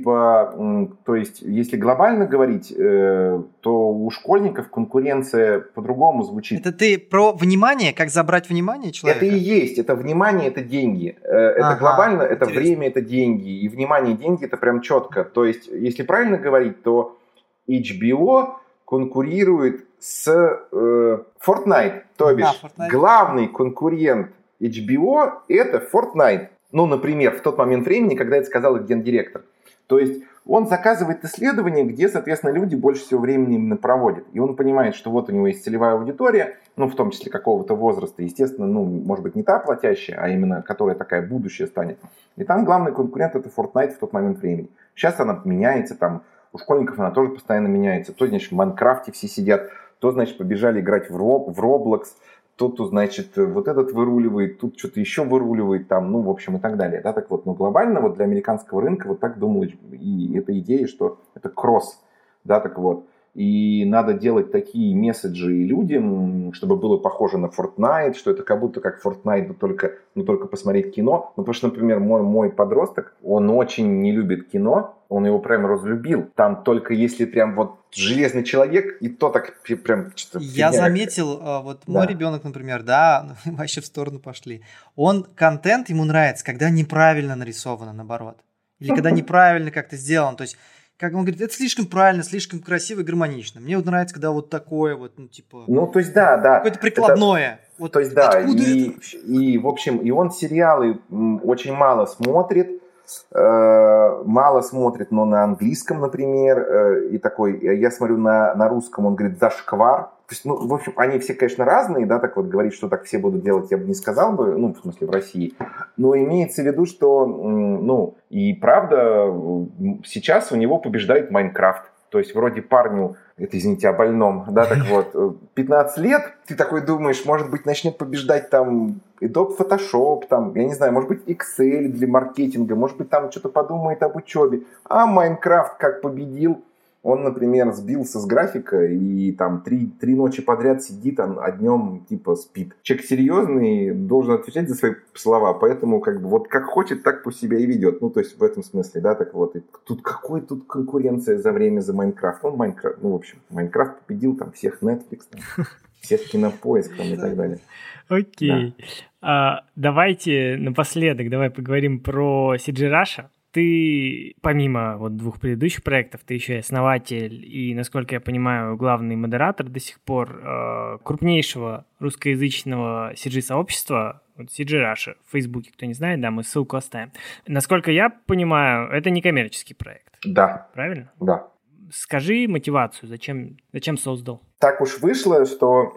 Типа, то есть, если глобально говорить, э, то у школьников конкуренция по-другому звучит. Это ты про внимание, как забрать внимание человека? Это и есть, это внимание, это деньги. Это ага, глобально, это интересно. Время, это деньги. И внимание, деньги, это прям четко. То есть, если правильно говорить, то эйч би о конкурирует с э, Fortnite. То бишь, да, Fortnite. Главный конкурент эйч би о это Fortnite. Ну, например, в тот момент времени, когда это сказал их гендиректор. То есть он заказывает исследования, где, соответственно, люди больше всего времени именно проводят. И он понимает, что вот у него есть целевая аудитория, ну, в том числе какого-то возраста, естественно, ну, может быть, не та платящая, а именно которая такая будущее станет. И там главный конкурент это Fortnite в тот момент времени. Сейчас она меняется, там, у школьников она тоже постоянно меняется. То, значит, в Майнкрафте все сидят, то, значит, побежали играть в Roblox, тут, значит, вот этот выруливает, тут что-то еще выруливает, там, ну, в общем, и так далее. Да, так вот, но глобально вот для американского рынка вот так думал, и эта идея, что это кросс, да, так вот. И надо делать такие месседжи людям, чтобы было похоже на Fortnite, что это как будто как Fortnite, но только, но только посмотреть кино. Ну, потому что, например, мой, мой подросток, он очень не любит кино, он его прям разлюбил. Там только если прям вот железный человек, и то так прям что-то... Я фигня. Заметил, вот да. Мой ребенок, например, да, вообще в сторону пошли. Он, контент ему нравится, когда неправильно нарисовано, наоборот. Или когда неправильно как-то сделано. То есть, как он говорит, это слишком правильно, слишком красиво и гармонично. Мне вот нравится, когда вот такое вот, ну, типа... Ну, то есть, да, да. Какое-то прикладное. Это, вот то есть, да, и, и, в общем, и он сериалы очень мало смотрит, э, мало смотрит, но на английском, например, э, и такой, я смотрю на, на русском, он говорит, зашквар. То есть, ну, в общем, они все, конечно, разные, да, так вот говорить, что так все будут делать, я бы не сказал бы, ну, в смысле, в России. Но имеется в виду, что, ну, и правда, сейчас у него побеждает Майнкрафт. То есть, вроде парню это, извините, о больном, да, так вот, пятнадцать лет, ты такой думаешь, может быть, начнет побеждать там Adobe Photoshop, там, я не знаю, может быть, Excel для маркетинга, может быть, там что-то подумает об учебе, а Майнкрафт как победил. Он, например, сбился с графика и там три, три ночи подряд сидит, а днем типа спит. Человек серьезный, должен отвечать за свои слова, поэтому как бы вот как хочет, так пусть себя и ведет. Ну, то есть в этом смысле, да, так вот. И тут какой тут конкуренция за время за Майнкрафт? Он Майнкрафт, ну, в общем, Майнкрафт победил там всех Netflix, там, всех Кинопоиск там, и так далее. Окей. Да. А, давайте напоследок, давай поговорим про си джи Russia. Ты, помимо вот двух предыдущих проектов, ты еще и основатель и, насколько я понимаю, главный модератор до сих пор э, крупнейшего русскоязычного си джи-сообщества, вот си джи Russia, в Фейсбуке, кто не знает, да, мы ссылку оставим. Насколько я понимаю, это не коммерческий проект. Да. Правильно? Да. Скажи мотивацию, зачем, зачем создал? Так уж вышло, что,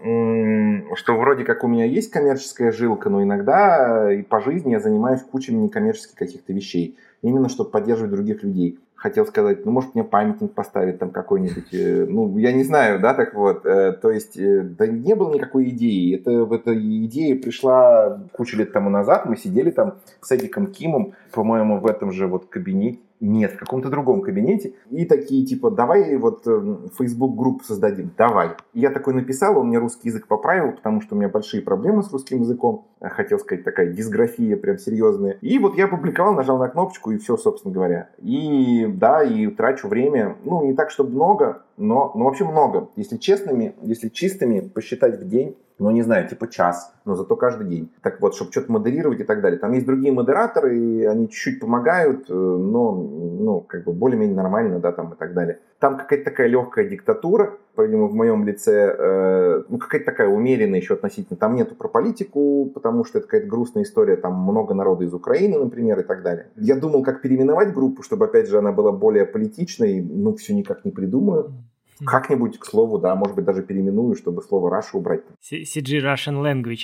что вроде как у меня есть коммерческая жилка, но иногда и по жизни я занимаюсь кучей некоммерческих каких-то вещей. Именно чтобы поддерживать других людей. Хотел сказать, ну, может, мне памятник поставить там какой-нибудь, э, ну, я не знаю, да, так вот. Э, то есть, э, да не было никакой идеи. Это, эта идея пришла кучу лет тому назад. Мы сидели там с Эдиком Кимом, по-моему, в этом же вот кабинете. Нет, в каком-то другом кабинете. И такие, типа, давай вот Facebook группу создадим. Давай. И я такой написал, он мне русский язык поправил, потому что у меня большие проблемы с русским языком. Хотел сказать, такая дисграфия прям серьезная. И вот я публиковал, нажал на кнопочку, и все, собственно говоря. И да, и трачу время, ну, не так, чтобы много, но, ну, вообще много. Если честными, если чистыми посчитать в день, ну, не знаю, типа час, но зато каждый день. Так вот, чтобы что-то модерировать и так далее. Там есть другие модераторы, и они чуть-чуть помогают, но, ну, как бы более-менее нормально, да, там и так далее. Там какая-то такая легкая диктатура, по-видимому, в моем лице, э, ну, какая-то такая умеренная еще относительно. Там нету про политику, потому что это какая-то грустная история, там много народа из Украины, например, и так далее. Я думал, как переименовать группу, чтобы, опять же, она была более политичной, ну, все никак не придумаю. Как-нибудь, к слову, да, может быть, даже переименую, чтобы слово Russia убрать. си джи Russian Language.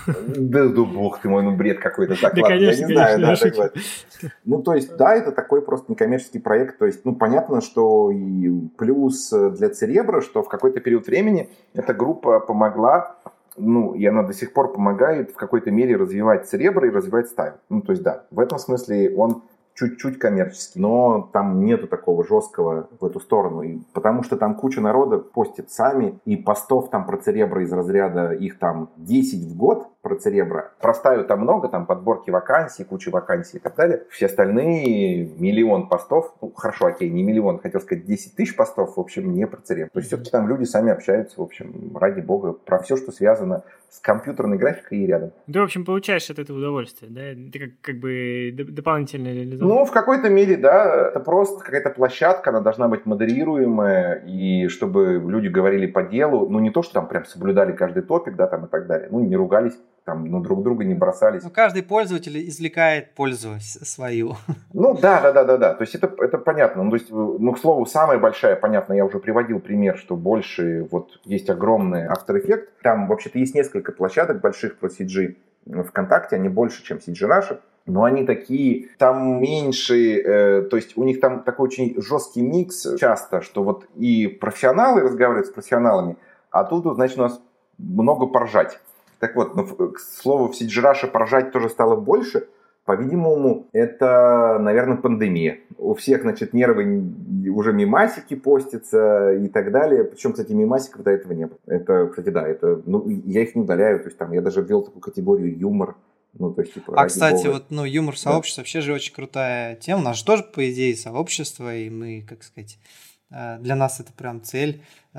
Да, да, бог ты мой, ну бред какой-то. Так, ладно, я не знаю, да, так вот. Ну, то есть, да, это такой просто некоммерческий проект. То есть, ну, понятно, что и плюс для Церебра, что в какой-то период времени эта группа помогла, ну, и она до сих пор помогает в какой-то мере развивать Церебра и развивать Style. Ну, то есть, да, в этом смысле он чуть-чуть коммерческий, но там нету такого жесткого в эту сторону, и потому что там куча народа постит сами, и постов там про Церебра из разряда их там десять в год про Церебра. Про Style там много, там подборки вакансий, куча вакансий и так далее. Все остальные миллион постов, ну хорошо, окей, не миллион, хотел сказать десять тысяч постов, в общем, не про Церебра. То есть все-таки там люди сами общаются, в общем, ради бога, про все, что связано с компьютерной графикой и рядом. Ты, в общем, получаешь от этого удовольствие, да? Ты как, как бы дополнительная реализация. Ну, в какой-то мере, да, это просто какая-то площадка, она должна быть модерируемая, и чтобы люди говорили по делу, ну, не то, что там прям соблюдали каждый топик, да, там и так далее, ну, не ругались, там, ну, друг друга не бросались. Ну, каждый пользователь извлекает пользу свою. Ну, да, да, да, да, да, то есть это, это понятно, ну, то есть, ну, к слову, самая большая, понятно, я уже приводил пример, что больше, вот, есть огромный After Effects, там, вообще-то, есть несколько площадок больших про си джи ВКонтакте, они больше, чем си джи Russia. Но они такие, там меньше, э, то есть у них там такой очень жесткий микс часто, что вот и профессионалы разговаривают с профессионалами, а тут, значит, у нас много поржать. Так вот, ну, к слову, в си джи Russia поржать тоже стало больше. По-видимому, это, наверное, пандемия. У всех, значит, нервы, уже мемасики постятся и так далее. Причем, кстати, мемасиков до этого не было. Это, кстати, да, это, ну, я их не удаляю. То есть там я даже ввел такую категорию юмор. Ну, то есть, типа, а, кстати, бога. вот, ну, юмор сообщества, да, вообще же очень крутая тема. У нас же тоже, по идее, сообщество, и мы, как сказать, для нас это прям цель.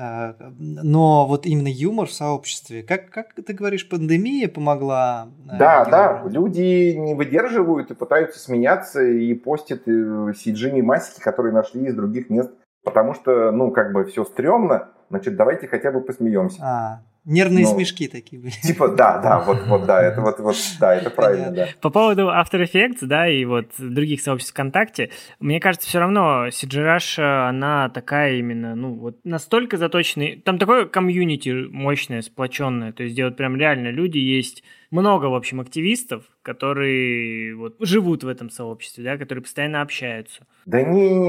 Но вот именно юмор в сообществе, как, как ты говоришь, пандемия помогла? Да, юмору? Да, люди не выдерживают и пытаются сменяться, и постят си джи-мемасики, которые нашли из других мест. Потому что, ну, как бы все стрёмно, значит, давайте хотя бы посмеемся. А, нервные ну, смешки такие были. Типа, да, да, вот, вот, да, это вот, вот, да, это правильно, да. По поводу After Effects, да, и вот других сообществ ВКонтакте, мне кажется, все равно си джи Russia, она такая именно, ну, вот настолько заточенная, там такое комьюнити мощное, сплоченное, то есть, где вот прям реально люди есть, много, в общем, активистов, которые вот живут в этом сообществе, да, которые постоянно общаются. Да не-не-не.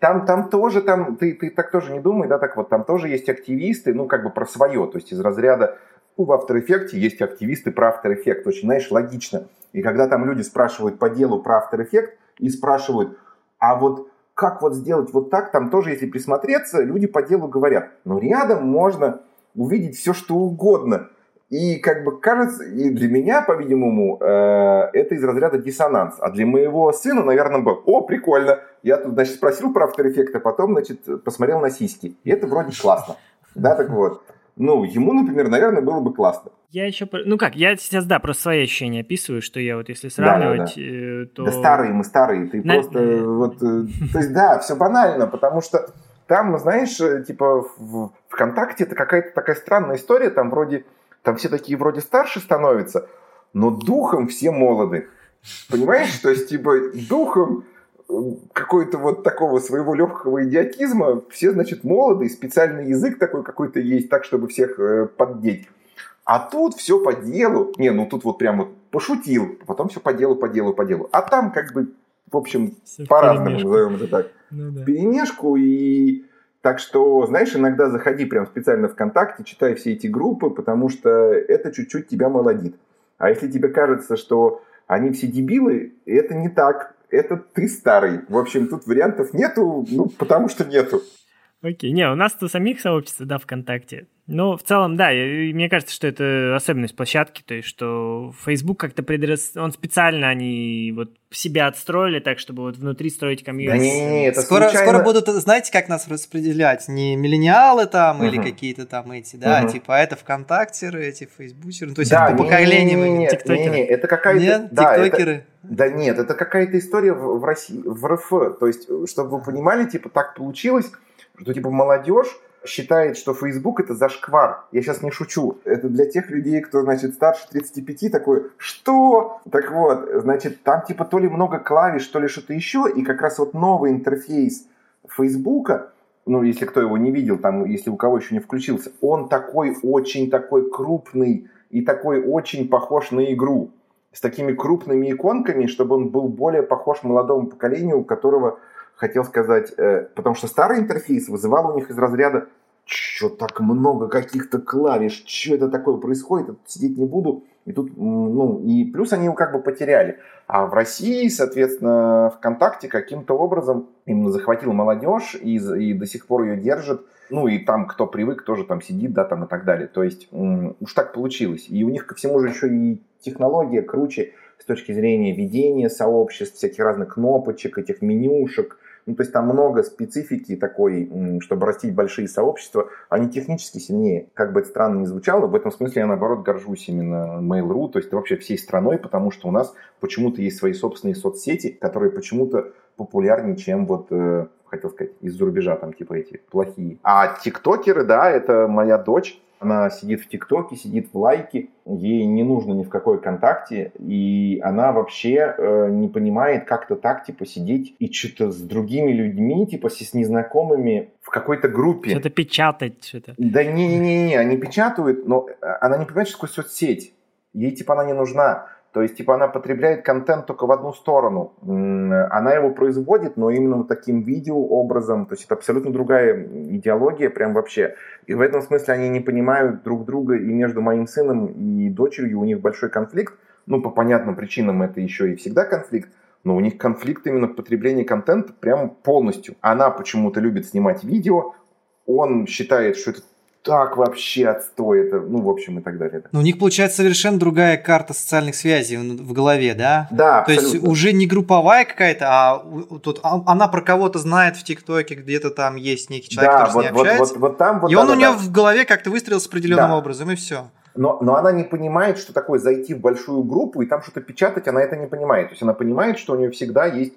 Там, там тоже, там, ты, ты так тоже не думай, да, так вот, там тоже есть активисты, ну, как бы про свое, то есть из разряда, ну, в After Effects есть активисты про After Effects, очень, знаешь, логично. И когда там люди спрашивают по делу про After Effects и спрашивают, а вот как вот сделать вот так, там тоже, если присмотреться, люди по делу говорят, ну, рядом можно увидеть все, что угодно. И как бы кажется, и для меня, по-видимому, э, это из разряда диссонанс. А для моего сына, наверное, был, о, прикольно, я тут, значит, спросил про After Effects, а потом, значит, посмотрел на сиськи. И это вроде классно. Да, так вот. Ну, ему, например, наверное, было бы классно. Я еще... Ну как, я сейчас, да, просто свои ощущения описываю, что я вот если сравнивать, да, да, да. то... Да старые мы, старые. Ты на... просто вот... То есть, да, все банально, потому что там, знаешь, типа в ВКонтакте это какая-то такая странная история, там вроде... Там все такие вроде старше становятся, но духом все молоды. Понимаешь? То есть, типа, духом какой-то вот такого своего легкого идиотизма все, значит, молоды, специальный язык такой какой-то есть, так, чтобы всех э, поддеть. А тут все по делу. Не, ну тут вот прям вот пошутил, потом все по делу, по делу, по делу. А там как бы, в общем, все по-разному, назовем это так. Ну, да. Вперемешку и... Так что, знаешь, иногда заходи прям специально ВКонтакте, читай все эти группы, потому что это чуть-чуть тебя молодит. А если тебе кажется, что они все дебилы, это не так. Это ты старый. В общем, тут вариантов нету, ну, потому что нету. Окей, не, у нас-то у самих сообщества, да, ВКонтакте. Но в целом, да, и, мне кажется, что это особенность площадки, то есть, что Facebook как-то предрас... он специально, они вот себя отстроили так, чтобы вот внутри строить комьюнити. Да не, не, это скоро, случайно... скоро будут, знаете, как нас распределять? Не миллениалы там uh-huh. или какие-то там эти, да, uh-huh. типа это ВКонтактеры, эти фейсбучеры, то есть да, по поколениям. Тиктокеры. Не, не, это какая-то... Нет, да, тиктокеры. Это... Да нет, это какая-то история в, в России, в РФ. То есть, чтобы вы понимали, типа так получилось, что типа молодежь считает, что Facebook это зашквар. Я сейчас не шучу. Это для тех людей, кто, значит, старше тридцати пяти, такой, что? Так вот, значит, там типа то ли много клавиш, то ли что-то еще, и как раз вот новый интерфейс Фейсбука, ну, если кто его не видел, там, если у кого еще не включился, он такой очень такой крупный и такой очень похож на игру. С такими крупными иконками, чтобы он был более похож молодому поколению, у которого... Хотел сказать, э, потому что старый интерфейс вызывал у них из разряда «Чё так много каких-то клавиш? Что это такое происходит? Я тут сидеть не буду». И тут, ну, и плюс они его как бы потеряли. А в России, соответственно, ВКонтакте каким-то образом именно захватил молодежь и, и до сих пор ее держит. Ну, и там, кто привык, тоже там сидит, да, там и так далее. То есть, м- уж так получилось. И у них, ко всему же, еще и технология круче с точки зрения ведения сообществ, всяких разных кнопочек, этих менюшек. Ну, то есть там много специфики такой, чтобы растить большие сообщества. Они технически сильнее. Как бы это странно ни звучало, в этом смысле я, наоборот, горжусь именно Mail.ru, то есть вообще всей страной, потому что у нас почему-то есть свои собственные соцсети, которые почему-то популярнее, чем вот, э, хотел сказать, из-за рубежа, там типа эти плохие. А тиктокеры, да, это моя дочь. Она сидит в ТикТоке, сидит в Лайке, ей не нужно ни в какой ВКонтакте, и она вообще э, не понимает как-то так, типа, сидеть и что-то с другими людьми, типа, с незнакомыми в какой-то группе. Что-то печатать, что-то. Да не-не-не, они печатают, но она не понимает, что такое соцсеть. Ей, типа, она не нужна. То есть, типа, она потребляет контент только в одну сторону. Она его производит, но именно вот таким видеообразом. То есть, это абсолютно другая идеология, прям вообще. И в этом смысле они не понимают друг друга. И между моим сыном и дочерью у них большой конфликт. Ну, по понятным причинам это еще и всегда конфликт. Но у них конфликт именно в потреблении контента прям полностью. Она почему-то любит снимать видео. Он считает, что это так вообще отстой, это, ну, в общем, и так далее. Но у них получается совершенно другая карта социальных связей в голове, да? Да, абсолютно. То есть уже не групповая какая-то, а тут она про кого-то знает в ТикТоке, где-то там есть некий человек, да, который вот, с ней общается. Вот, вот, вот там, вот, и да, он да, у нее да. в голове как-то выстроился определенным да. образом, и все. Но, но она не понимает, что такое зайти в большую группу и там что-то печатать, она это не понимает. То есть она понимает, что у нее всегда есть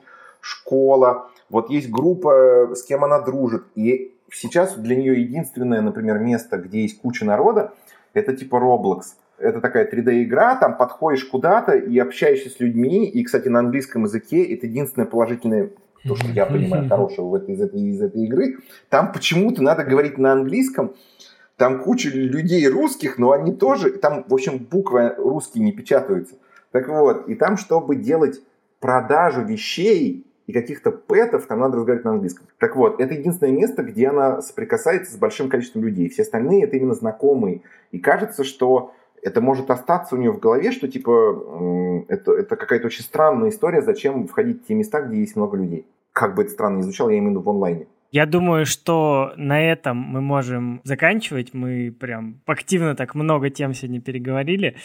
школа, вот есть группа, с кем она дружит, и сейчас для нее единственное, например, место, где есть куча народа, это типа Roblox. Это такая три дэ-игра, там подходишь куда-то и общаешься с людьми. И, кстати, на английском языке это единственное положительное, то, что я понимаю, хорошего в этой, из, этой, из этой игры. Там почему-то надо говорить на английском. Там куча людей русских, но они тоже... Там, в общем, буквы русские не печатаются. Так вот, и там, чтобы делать продажу вещей, и каких-то пэтов там надо разговаривать на английском. Так вот, это единственное место, где она соприкасается с большим количеством людей. Все остальные это именно знакомые. И кажется, что это может остаться у нее в голове, что типа это, это какая-то очень странная история, зачем входить в те места, где есть много людей. Как бы это странно ни звучало, я имею в виду в онлайне. Я думаю, что на этом мы можем заканчивать. Мы прям активно так много тем сегодня переговорили.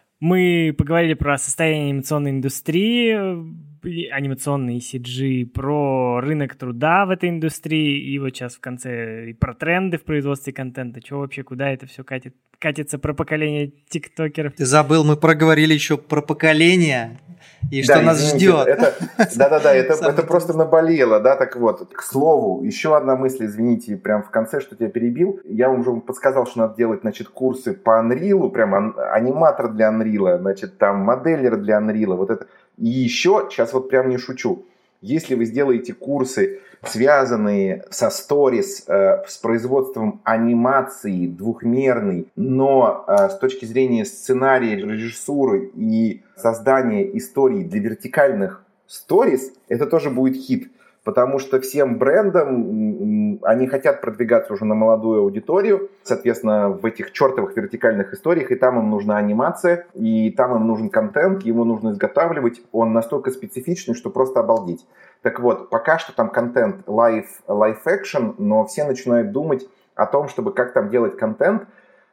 Мы поговорили про состояние анимационной индустрии, анимационный си джи, про рынок труда в этой индустрии, и вот сейчас в конце и про тренды в производстве контента. Что вообще, куда это все катит, катится, про поколение тиктокеров. Ты забыл, мы проговорили еще про поколение и да, что нас извините, ждет. Это, да-да-да, это, это просто наболело, да, так вот. К слову, еще одна мысль, извините, прям в конце, что тебя перебил. Я вам уже подсказал, что надо делать, значит, курсы по Unreal, прям аниматор для Unreal, значит, там моделлер для Unreal, вот это. И еще, сейчас вот прям не шучу, если вы сделаете курсы, связанные со сторис, э, с производством анимации двухмерной, но э, с точки зрения сценария, режиссуры и создания историй для вертикальных сторис, это тоже будет хит. Потому что всем брендам, они хотят продвигаться уже на молодую аудиторию, соответственно, в этих чертовых вертикальных историях, и там им нужна анимация, и там им нужен контент, его нужно изготавливать, он настолько специфичный, что просто обалдеть. Так вот, пока что там контент live, live action, но все начинают думать о том, чтобы как там делать контент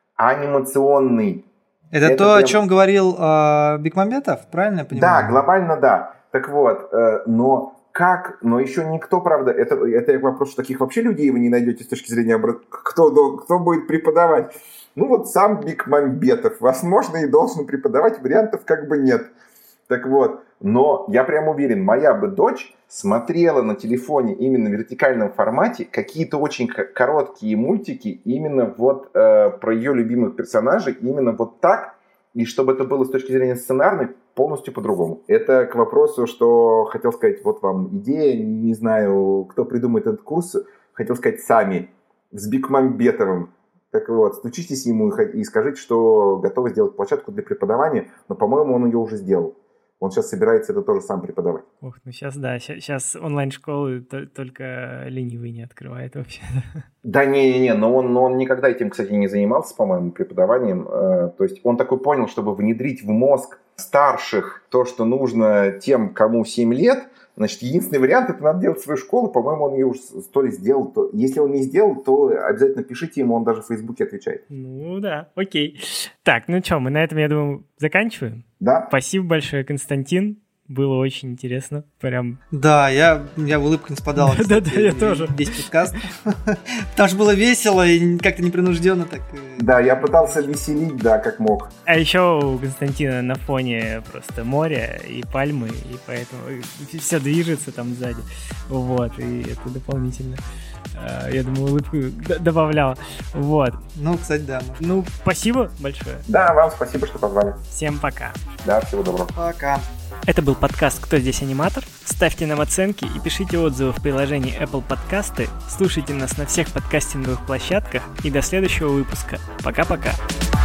анимационный. Это, это то, прям... о чем говорил э, Бекмамбетов, правильно я понимаю? Да, глобально да. Так вот, э, но... Как? Но еще никто, правда, это, это вопрос, что таких вообще людей вы не найдете с точки зрения, кто, кто будет преподавать. Ну вот сам Бекмамбетов, возможно, и должен преподавать, вариантов как бы нет. Так вот, но я прям уверен, моя бы дочь смотрела на телефоне именно в вертикальном формате какие-то очень короткие мультики именно вот э, про ее любимых персонажей, именно вот так, и чтобы это было с точки зрения сценарной полностью по-другому. Это к вопросу, что хотел сказать, вот вам идея, не знаю, кто придумает этот курс, хотел сказать сами, с Бекмамбетовым. Так вот, стучитесь ему и скажите, что готовы сделать площадку для преподавания, но, по-моему, он ее уже сделал. Он сейчас собирается это тоже сам преподавать. Ух, ну сейчас, да, сейчас онлайн-школы только ленивый не открывает вообще. Да не-не-не, но он, но он никогда этим, кстати, не занимался, по-моему, преподаванием. То есть он такой понял, чтобы внедрить в мозг старших то, что нужно тем, кому семь лет, значит, единственный вариант — это надо делать свою школу. По-моему, он ее уже то ли сделал, то... Если он не сделал, то обязательно пишите ему, он даже в Фейсбуке отвечает. Ну да, окей. Так, ну что, мы на этом, я думаю, заканчиваем? Да. Спасибо большое, Константин. Было очень интересно. Прям... Да, я, я в улыбку не спадал. Да-да, я тоже. Весь подкаст. Потому что было весело и как-то непринужденно. Так... Да, я пытался веселить, да, как мог. А еще у Константина на фоне просто море и пальмы, и поэтому все движется там сзади. Вот, и это дополнительно, я думаю, улыбку добавлял. Вот. Ну, кстати, да. Может. Ну, спасибо большое. Да, вам спасибо, что позвали. Всем пока. Да, всего доброго. Пока. Это был подкаст «Кто здесь аниматор?». Ставьте нам оценки и пишите отзывы в приложении Apple Подкасты. Слушайте нас на всех подкастинговых площадках. И до следующего выпуска. Пока-пока.